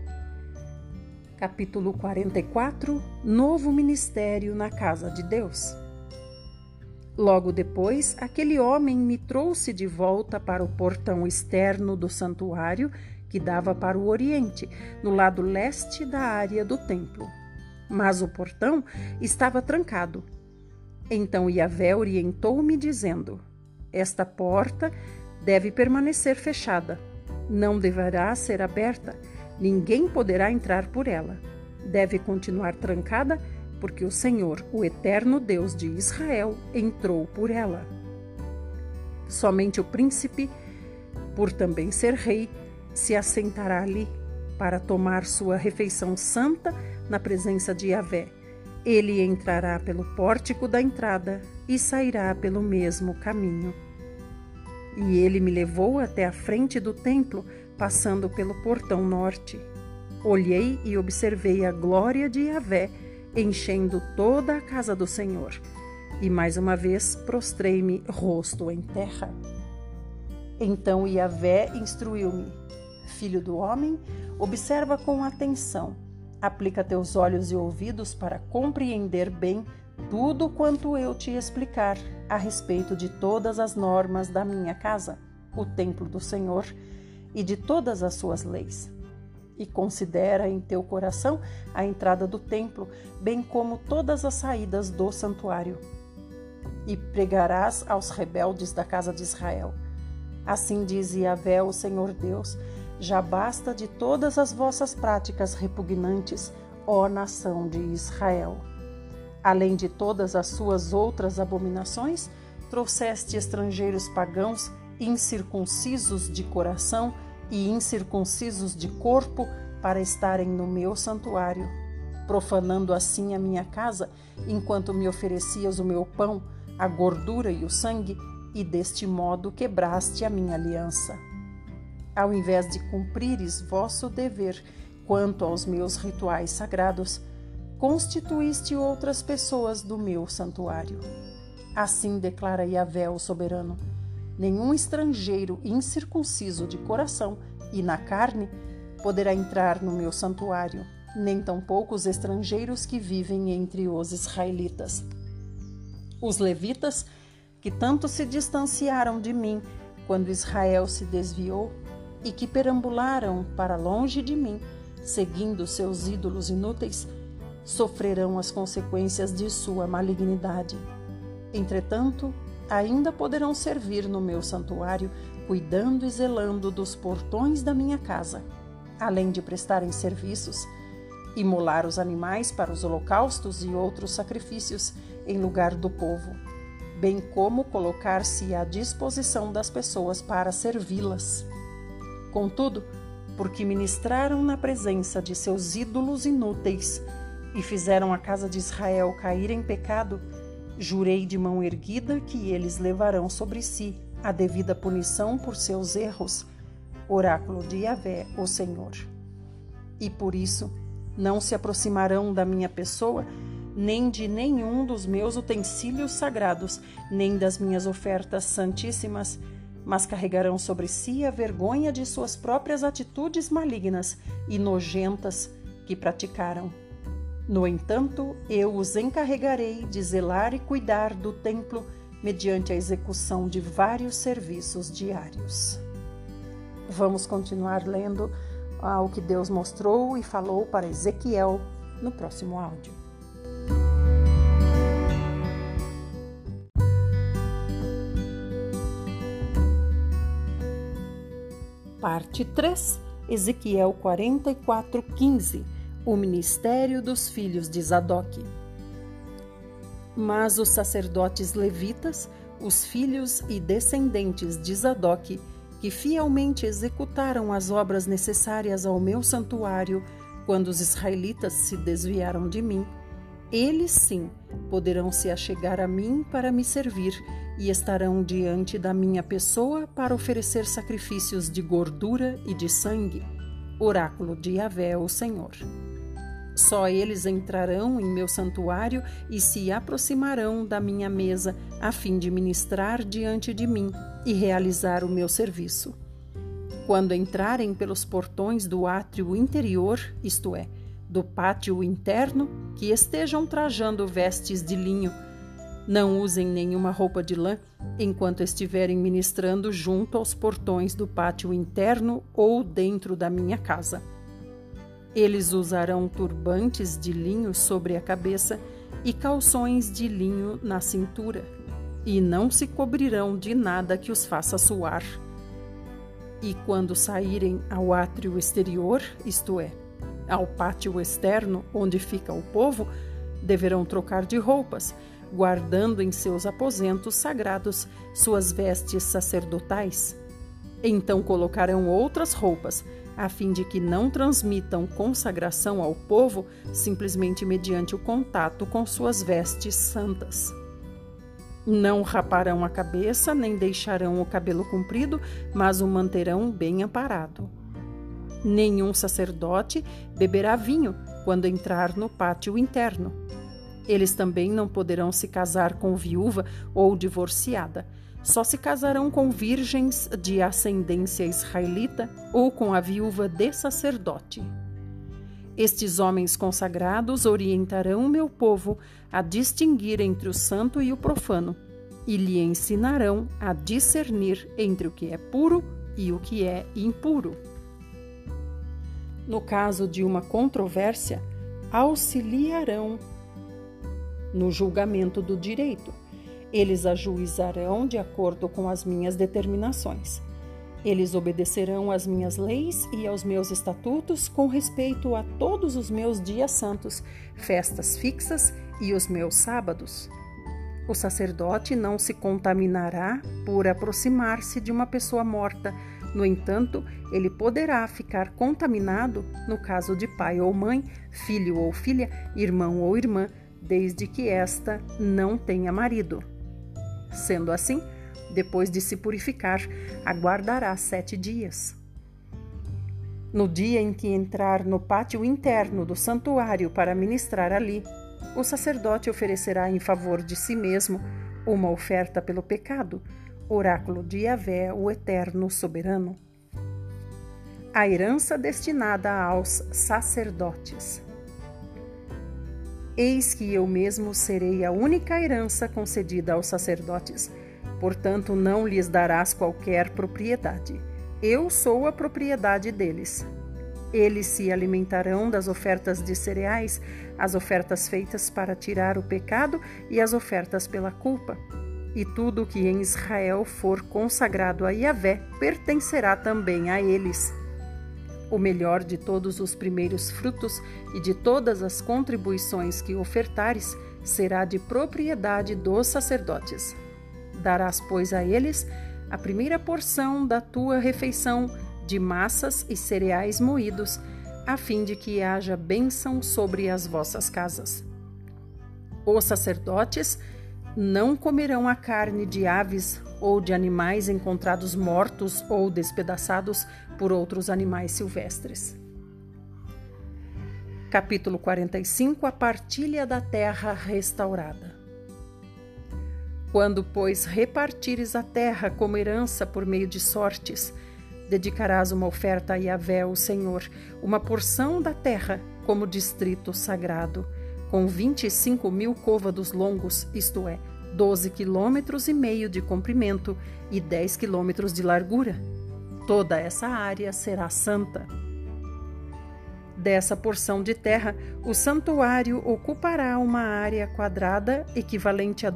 Capítulo 44 – Novo ministério na casa de Deus. Logo depois, aquele homem me trouxe de volta para o portão externo do santuário, que dava para o oriente, no lado leste da área do templo. Mas o portão estava trancado. Então Yahvé orientou-me, dizendo: esta porta deve permanecer fechada. Não deverá ser aberta. Ninguém poderá entrar por ela. Deve continuar trancada, porque o Senhor, o eterno Deus de Israel, entrou por ela. Somente o príncipe, por também ser rei, se assentará ali para tomar sua refeição santa na presença de Yahvé. Ele entrará pelo pórtico da entrada e sairá pelo mesmo caminho. E ele me levou até a frente do templo, passando pelo portão norte. Olhei e observei a glória de Yahvé, enchendo toda a casa do Senhor. E mais uma vez prostrei-me rosto em terra. Então Yahvé instruiu-me: filho do homem, observa com atenção. Aplica teus olhos e ouvidos para compreender bem tudo quanto eu te explicar a respeito de todas as normas da minha casa, o templo do Senhor, e de todas as suas leis. E considera em teu coração a entrada do templo, bem como todas as saídas do santuário. E pregarás aos rebeldes da casa de Israel: assim diz Yahvé, o Senhor Deus: já basta de todas as vossas práticas repugnantes, ó nação de Israel. Além de todas as suas outras abominações, trouxeste estrangeiros pagãos, incircuncisos de coração e incircuncisos de corpo, para estarem no meu santuário. profanando assim a minha casa, enquanto me oferecias o meu pão, a gordura e o sangue, e deste modo quebraste a minha aliança. Ao invés de cumprires vosso dever quanto aos meus rituais sagrados, constituíste outras pessoas do meu santuário. Assim declara Yahvé, o soberano: nenhum estrangeiro incircunciso de coração e na carne poderá entrar no meu santuário, nem tampouco os estrangeiros que vivem entre os israelitas. Os levitas, que tanto se distanciaram de mim quando Israel se desviou, e que perambularam para longe de mim, seguindo seus ídolos inúteis, sofrerão as consequências de sua malignidade. Entretanto, ainda poderão servir no meu santuário, cuidando e zelando dos portões da minha casa, além de prestarem serviços, imolar os animais para os holocaustos e outros sacrifícios em lugar do povo, bem como colocar-se à disposição das pessoas para servi-las. Contudo, porque ministraram na presença de seus ídolos inúteis e fizeram a casa de Israel cair em pecado, jurei de mão erguida que eles levarão sobre si a devida punição por seus erros, oráculo de Yahvé, o Senhor. E por isso não se aproximarão da minha pessoa, nem de nenhum dos meus utensílios sagrados, nem das minhas ofertas santíssimas, mas carregarão sobre si a vergonha de suas próprias atitudes malignas e nojentas que praticaram. No entanto, eu os encarregarei de zelar e cuidar do templo mediante a execução de vários serviços diários. Vamos continuar lendo o que Deus mostrou e falou para Ezequiel no próximo áudio. Parte 3, Ezequiel 44:15, o ministério dos filhos de Zadok. Mas os sacerdotes levitas, os filhos e descendentes de Zadok, que fielmente executaram as obras necessárias ao meu santuário quando os israelitas se desviaram de mim, eles sim poderão se achegar a mim para me servir e estarão diante da minha pessoa para oferecer sacrifícios de gordura e de sangue, oráculo de Yahvé, o Senhor. Só eles entrarão em meu santuário e se aproximarão da minha mesa a fim de ministrar diante de mim e realizar o meu serviço. Quando entrarem pelos portões do átrio interior, isto é, do pátio interno, que estejam trajando vestes de linho. Não usem nenhuma roupa de lã enquanto estiverem ministrando junto aos portões do pátio interno ou dentro da minha casa. Eles usarão turbantes de linho sobre a cabeça e calções de linho na cintura, e não se cobrirão de nada que os faça suar. E quando saírem ao átrio exterior, isto é, ao pátio externo onde fica o povo, deverão trocar de roupas, guardando em seus aposentos sagrados suas vestes sacerdotais. Então colocarão outras roupas, a fim de que não transmitam consagração ao povo simplesmente mediante o contato com suas vestes santas. Não raparão a cabeça, nem deixarão o cabelo comprido, mas o manterão bem aparado. Nenhum sacerdote beberá vinho quando entrar no pátio interno. Eles também não poderão se casar com viúva ou divorciada. Só se casarão com virgens de ascendência israelita ou com a viúva de sacerdote. Estes homens consagrados orientarão o meu povo a distinguir entre o santo e o profano, e lhe ensinarão a discernir entre o que é puro e o que é impuro. No caso de uma controvérsia, auxiliarão no julgamento do direito. Eles ajuizarão de acordo com as minhas determinações. Eles obedecerão às minhas leis e aos meus estatutos com respeito a todos os meus dias santos, festas fixas e os meus sábados. O sacerdote não se contaminará por aproximar-se de uma pessoa morta, No entanto, ele poderá ficar contaminado no caso de pai ou mãe, filho ou filha, irmão ou irmã, desde que esta não tenha marido. Sendo assim, depois de se purificar, aguardará 7 dias. No dia em que entrar no pátio interno do santuário para ministrar ali, o sacerdote oferecerá em favor de si mesmo uma oferta pelo pecado, oráculo de Yahvé, o Eterno Soberano. A herança destinada aos sacerdotes. Eis que eu mesmo serei a única herança concedida aos sacerdotes, portanto não lhes darás qualquer propriedade. Eu sou a propriedade deles. Eles se alimentarão das ofertas de cereais, as ofertas feitas para tirar o pecado e as ofertas pela culpa. E tudo o que em Israel for consagrado a Yahvé pertencerá também a eles. O melhor de todos os primeiros frutos e de todas as contribuições que ofertares será de propriedade dos sacerdotes. Darás, pois, a eles a primeira porção da tua refeição de massas e cereais moídos, a fim de que haja bênção sobre as vossas casas. Os sacerdotes não comerão a carne de aves ou de animais encontrados mortos ou despedaçados por outros animais silvestres. Capítulo 45. A partilha da terra restaurada. Quando, pois, repartires a terra como herança por meio de sortes, dedicarás uma oferta a Yahvé, o Senhor, uma porção da terra como distrito sagrado, com 25.000 côvados longos, isto é, 12,5 quilômetros de comprimento e 10 quilômetros de largura. Toda essa área será santa. Dessa porção de terra, o santuário ocupará uma área quadrada equivalente a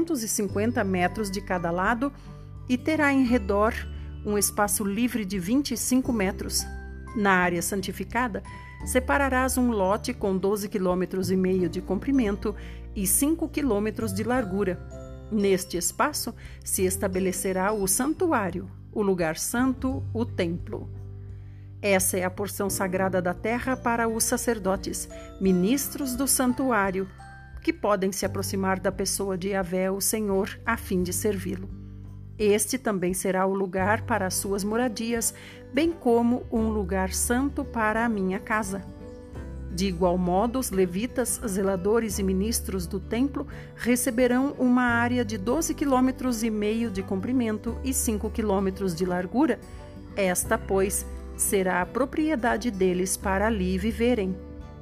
250 metros de cada lado e terá em redor um espaço livre de 25 metros. Na área santificada, separarás um lote com 12,5 quilômetros de comprimento e 5 quilômetros de largura. Neste espaço se estabelecerá o santuário, o lugar santo, o templo. Essa é a porção sagrada da terra para os sacerdotes, ministros do santuário, que podem se aproximar da pessoa de Yahvé, o Senhor, a fim de servi-lo. Este também será o lugar para as suas moradias, bem como um lugar santo para a minha casa. De igual modo, os levitas, zeladores e ministros do templo receberão uma área de 12,5 quilômetros de comprimento e 5 quilômetros de largura. Esta, pois, será a propriedade deles para ali viverem.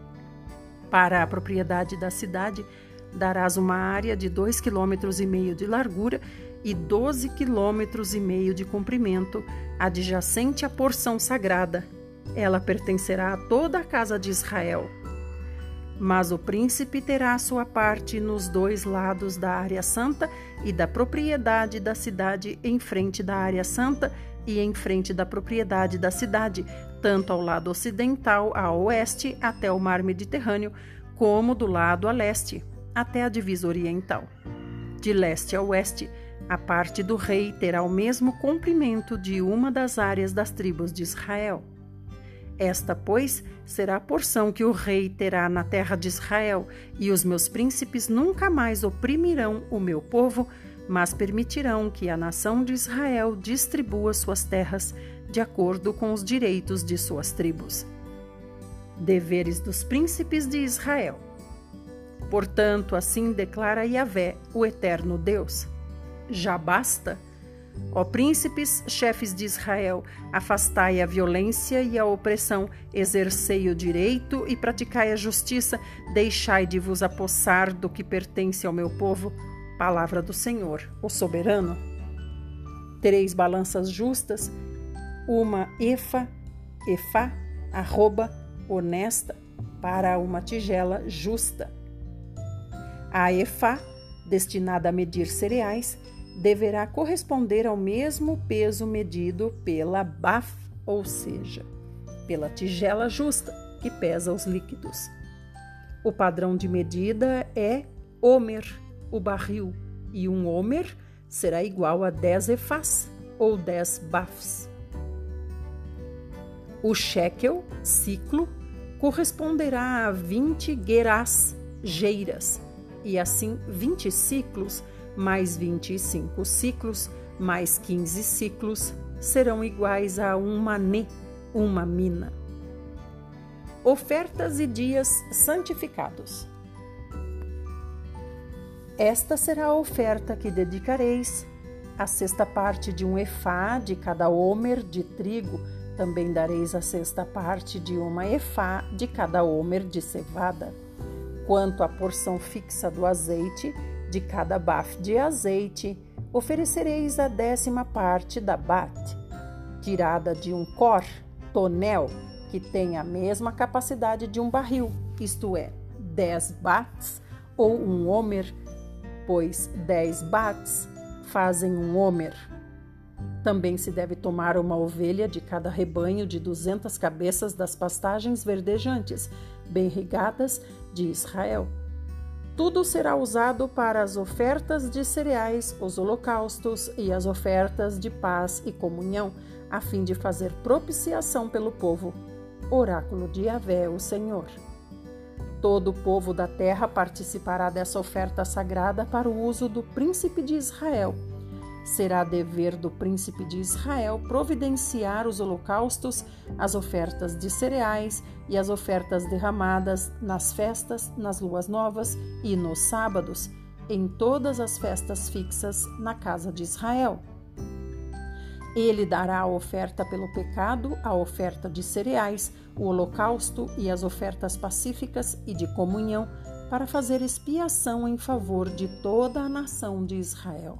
Para a propriedade da cidade, darás uma área de 2,5 quilômetros de largura e 12,5 quilômetros de comprimento, adjacente à porção sagrada. Ela pertencerá a toda a casa de Israel. Mas o príncipe terá sua parte nos 2 lados da área santa e da propriedade da cidade em frente da área santa e em frente da propriedade da cidade, tanto ao lado ocidental a oeste até o mar Mediterrâneo, como do lado a leste, até a divisa oriental. De leste a oeste, a parte do rei terá o mesmo comprimento de uma das áreas das tribos de Israel. Esta, pois, será a porção que o rei terá na terra de Israel, e os meus príncipes nunca mais oprimirão o meu povo, mas permitirão que a nação de Israel distribua suas terras de acordo com os direitos de suas tribos. Deveres dos príncipes de Israel. Portanto, assim declara Yahvé, o eterno Deus. Já basta? Ó príncipes, chefes de Israel, afastai a violência e a opressão, exercei o direito e praticai a justiça, deixai de vos apossar do que pertence ao meu povo. Palavra do Senhor, o soberano. Tereis balanças justas, uma efá, arroba, honesta, para uma tigela justa. A efá, destinada a medir cereais, deverá corresponder ao mesmo peso medido pela baf, ou seja, pela tigela justa, que pesa os líquidos. O padrão de medida é homer, o barril, e um homer será igual a 10 efás, ou 10 bafs. O shekel, ciclo, corresponderá a 20 gerás, geiras, e assim 20 ciclos mais 25 ciclos mais 15 ciclos serão iguais a um mané, uma mina. Ofertas e dias santificados. Esta será a oferta que dedicareis: a sexta parte de um efá de cada homer de trigo. Também dareis a sexta parte de uma efá de cada homer de cevada. Quanto à porção fixa do azeite, de cada baf de azeite, oferecereis a 10ª parte da bat, tirada de um cor, tonel, que tem a mesma capacidade de um barril, isto é, 10 bats ou um homer, pois 10 bats fazem um homer. Também se deve tomar uma ovelha de cada rebanho de 200 cabeças das pastagens verdejantes, bem regadas, de Israel. Tudo será usado para as ofertas de cereais, os holocaustos e as ofertas de paz e comunhão, a fim de fazer propiciação pelo povo. Oráculo de Yahvé, o Senhor. Todo o povo da terra participará dessa oferta sagrada para o uso do príncipe de Israel. Será dever do príncipe de Israel providenciar os holocaustos, as ofertas de cereais e as ofertas derramadas nas festas, nas luas novas e nos sábados, em todas as festas fixas na casa de Israel. Ele dará a oferta pelo pecado, a oferta de cereais, o holocausto e as ofertas pacíficas e de comunhão para fazer expiação em favor de toda a nação de Israel.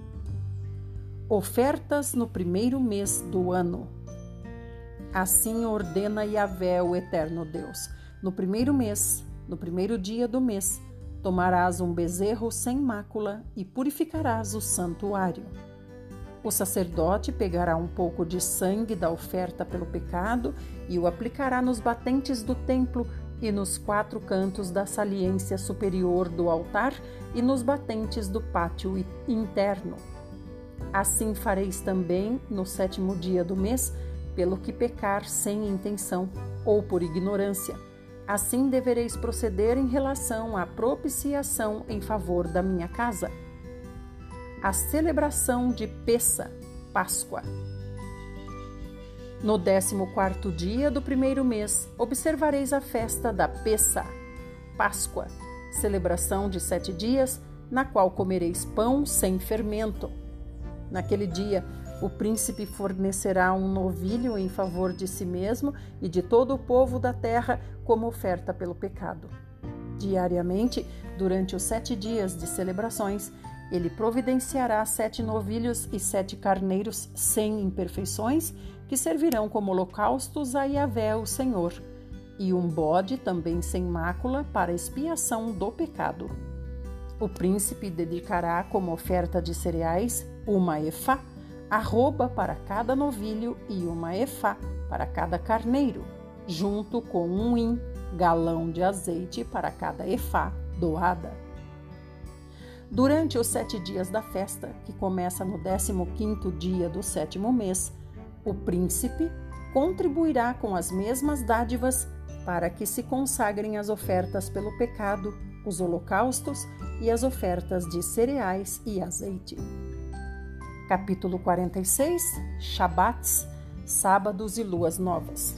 Ofertas no primeiro mês do ano. Assim ordena Yahvé, o eterno Deus. No primeiro mês, no primeiro dia do mês, tomarás um bezerro sem mácula e purificarás o santuário. O sacerdote pegará um pouco de sangue da oferta pelo pecado e o aplicará nos batentes do templo e nos 4 cantos da saliência superior do altar e nos batentes do pátio interno. Assim fareis também no 7º dia do mês, pelo que pecar sem intenção ou por ignorância. Assim devereis proceder em relação à propiciação em favor da minha casa. A celebração de Pessa, Páscoa. No 14º dia do primeiro mês, observareis a festa da Pessa, Páscoa, celebração de 7 dias, na qual comereis pão sem fermento. Naquele dia, o príncipe fornecerá um novilho em favor de si mesmo e de todo o povo da terra como oferta pelo pecado. Diariamente, durante os 7 dias de celebrações, ele providenciará 7 novilhos e 7 carneiros sem imperfeições, que servirão como holocaustos a Yahvé, o Senhor, e um bode também sem mácula para expiação do pecado. O príncipe dedicará como oferta de cereais uma efá, arroba para cada novilho e uma efá para cada carneiro, junto com um hin, galão de azeite para cada efá doada. Durante os 7 dias da festa, que começa no 15º dia do 7º mês, o príncipe contribuirá com as mesmas dádivas para que se consagrem as ofertas pelo pecado, os holocaustos e as ofertas de cereais e azeite. Capítulo 46, Shabats, sábados e luas novas.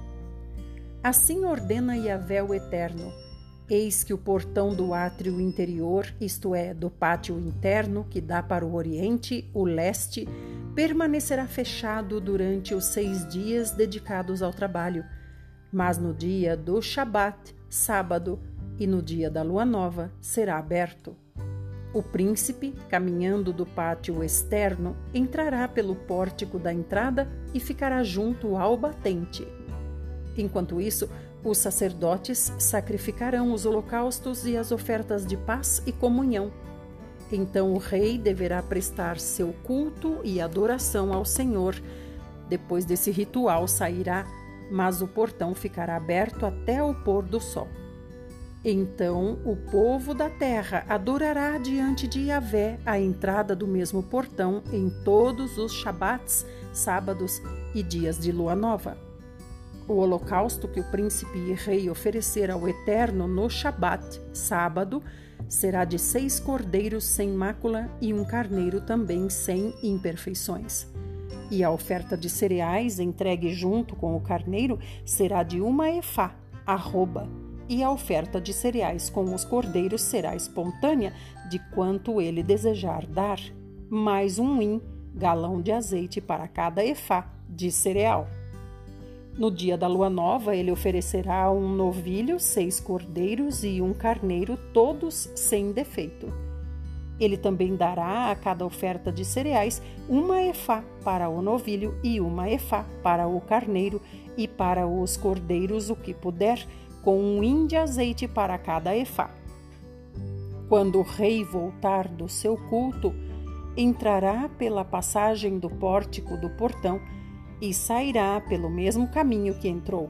Assim ordena Yahvé o Eterno: eis que o portão do átrio interior, isto é, do pátio interno que dá para o oriente, o leste, permanecerá fechado durante os 6 dias dedicados ao trabalho, mas no dia do Shabat, sábado, e no dia da lua nova, será aberto. O príncipe, caminhando do pátio externo, entrará pelo pórtico da entrada e ficará junto ao batente. Enquanto isso, os sacerdotes sacrificarão os holocaustos e as ofertas de paz e comunhão. Então o rei deverá prestar seu culto e adoração ao Senhor. Depois desse ritual sairá, mas o portão ficará aberto até o pôr do sol. Então o povo da terra adorará diante de Yahvé à entrada do mesmo portão em todos os Shabats, sábados e dias de lua nova. O holocausto que o príncipe e rei oferecer ao Eterno no Shabat, sábado, será de 6 cordeiros sem mácula e um carneiro também sem imperfeições. E a oferta de cereais entregue junto com o carneiro será de 1 efá, arroba, e a oferta de cereais com os cordeiros será espontânea de quanto ele desejar dar, mais 1 hin, galão de azeite para cada efá de cereal. No dia da lua nova, ele oferecerá um novilho, 6 cordeiros e um carneiro, todos sem defeito. Ele também dará a cada oferta de cereais 1 efá para o novilho e 1 efá para o carneiro e para os cordeiros o que puder, com 1 hin de azeite para cada efá. Quando o rei voltar do seu culto, entrará pela passagem do pórtico do portão e sairá pelo mesmo caminho que entrou.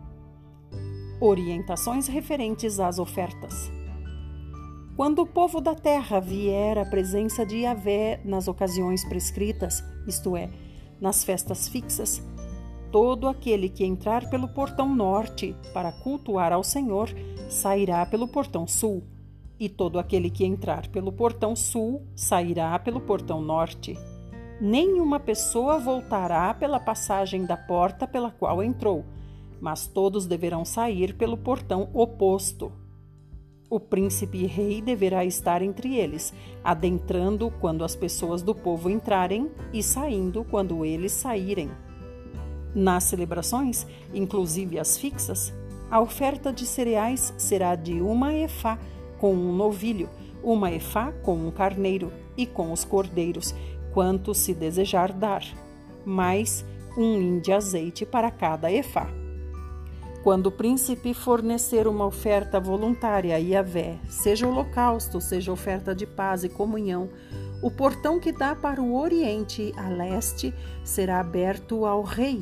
Orientações referentes às ofertas. Quando o povo da terra vier à presença de Yahvé nas ocasiões prescritas, isto é, nas festas fixas, todo aquele que entrar pelo portão norte para cultuar ao Senhor sairá pelo portão sul, e todo aquele que entrar pelo portão sul sairá pelo portão norte. Nenhuma pessoa voltará pela passagem da porta pela qual entrou, mas todos deverão sair pelo portão oposto. O príncipe e rei deverá estar entre eles, adentrando quando as pessoas do povo entrarem e saindo quando eles saírem. Nas celebrações, inclusive as fixas, a oferta de cereais será de 1 efá com um novilho, 1 efá com um carneiro e com os cordeiros, quanto se desejar dar, mais 1 hin de azeite para cada efá. Quando o príncipe fornecer uma oferta voluntária a Yahvé, seja holocausto, seja oferta de paz e comunhão, o portão que dá para o oriente a leste será aberto ao rei.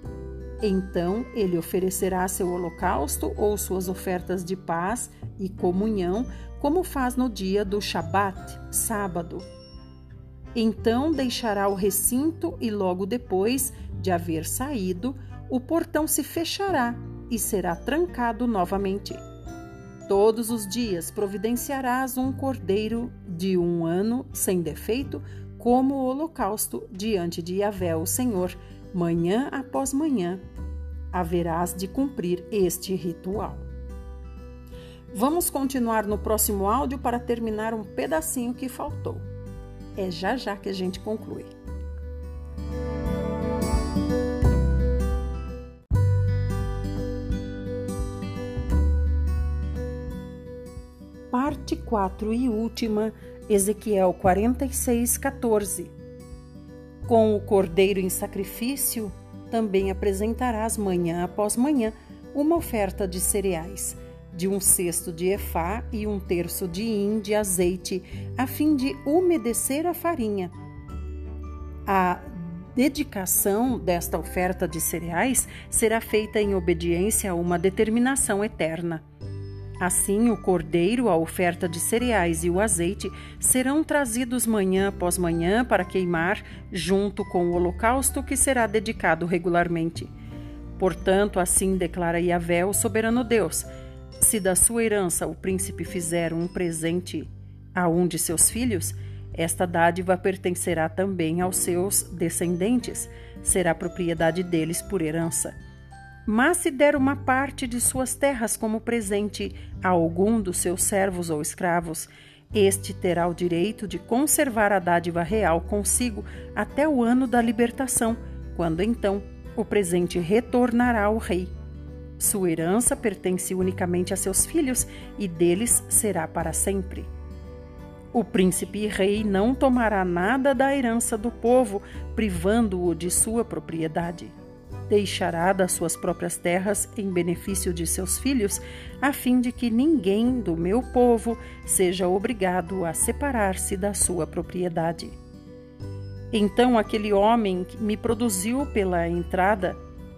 Então ele oferecerá seu holocausto ou suas ofertas de paz e comunhão, como faz no dia do Shabat, sábado. Então deixará o recinto e logo depois de haver saído, o portão se fechará e será trancado novamente. Todos os dias providenciarás um cordeiro de 1 ano sem defeito, como o holocausto diante de Yahvé o Senhor, manhã após manhã. Haverás de cumprir este ritual. Vamos continuar no próximo áudio para terminar um pedacinho que faltou. É já já que a gente conclui. Parte 4 e última, Ezequiel 46:14. Com o cordeiro em sacrifício, também apresentarás manhã após manhã uma oferta de cereais, de 1 cesto de efá e 1/3 de hin de azeite, a fim de umedecer a farinha. A dedicação desta oferta de cereais será feita em obediência a uma determinação eterna. Assim, o cordeiro, a oferta de cereais e o azeite serão trazidos manhã após manhã para queimar, junto com o holocausto que será dedicado regularmente. Portanto, assim declara Yahvé, o soberano Deus: se da sua herança o príncipe fizer um presente a um de seus filhos, esta dádiva pertencerá também aos seus descendentes, será propriedade deles por herança. Mas se der uma parte de suas terras como presente a algum dos seus servos ou escravos, este terá o direito de conservar a dádiva real consigo até o ano da libertação, quando então o presente retornará ao rei. Sua herança pertence unicamente a seus filhos e deles será para sempre. O príncipe e rei não tomará nada da herança do povo, privando-o de sua propriedade. Deixará das suas próprias terras em benefício de seus filhos, a fim de que ninguém do meu povo seja obrigado a separar-se da sua propriedade. Então aquele homem me conduziu pela entrada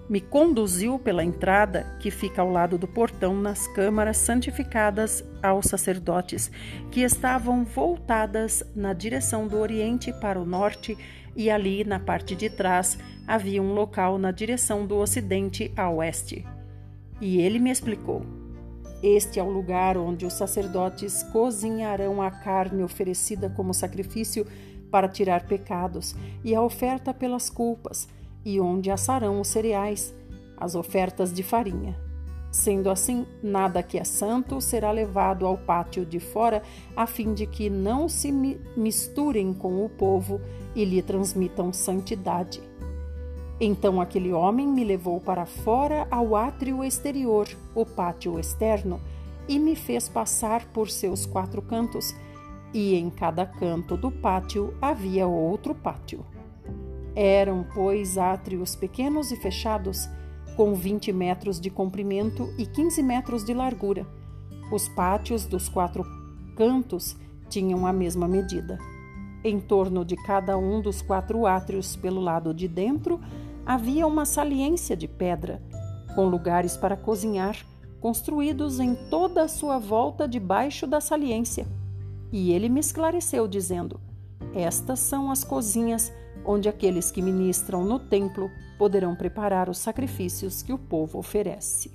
que fica ao lado do portão nas câmaras santificadas aos sacerdotes, que estavam voltadas na direção do oriente para o norte, e ali na parte de trás havia um local na direção do ocidente a oeste. E ele me explicou: este é o lugar onde os sacerdotes cozinharão a carne oferecida como sacrifício para tirar pecados e a oferta pelas culpas, e onde assarão os cereais, as ofertas de farinha. Sendo assim, nada que é santo será levado ao pátio de fora, a fim de que não se misturem com o povo e lhe transmitam santidade. Então aquele homem me levou para fora ao átrio exterior, o pátio externo, e me fez passar por seus 4 cantos, e em cada canto do pátio havia outro pátio. Eram, pois, átrios pequenos e fechados, com 20 metros de comprimento e 15 metros de largura. Os pátios dos 4 cantos tinham a mesma medida. Em torno de cada um dos 4 átrios, pelo lado de dentro, havia uma saliência de pedra, com lugares para cozinhar, construídos em toda a sua volta debaixo da saliência. E ele me esclareceu, dizendo: estas são as cozinhas onde aqueles que ministram no templo poderão preparar os sacrifícios que o povo oferece.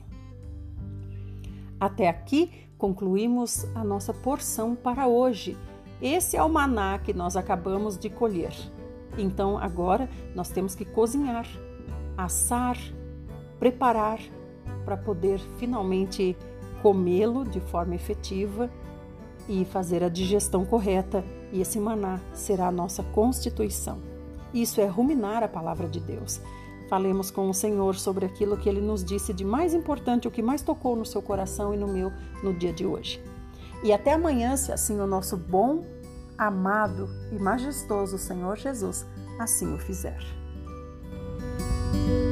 Até aqui concluímos a nossa porção para hoje. Esse é o maná que nós acabamos de colher. Então agora nós temos que cozinhar, assar, preparar para poder finalmente comê-lo de forma efetiva e fazer a digestão correta, e esse maná será a nossa constituição. Isso é ruminar a palavra de Deus. Falemos com o Senhor sobre aquilo que Ele nos disse de mais importante, o que mais tocou no seu coração e no meu no dia de hoje. E até amanhã, se assim o nosso bom, amado e majestoso Senhor Jesus assim o fizer.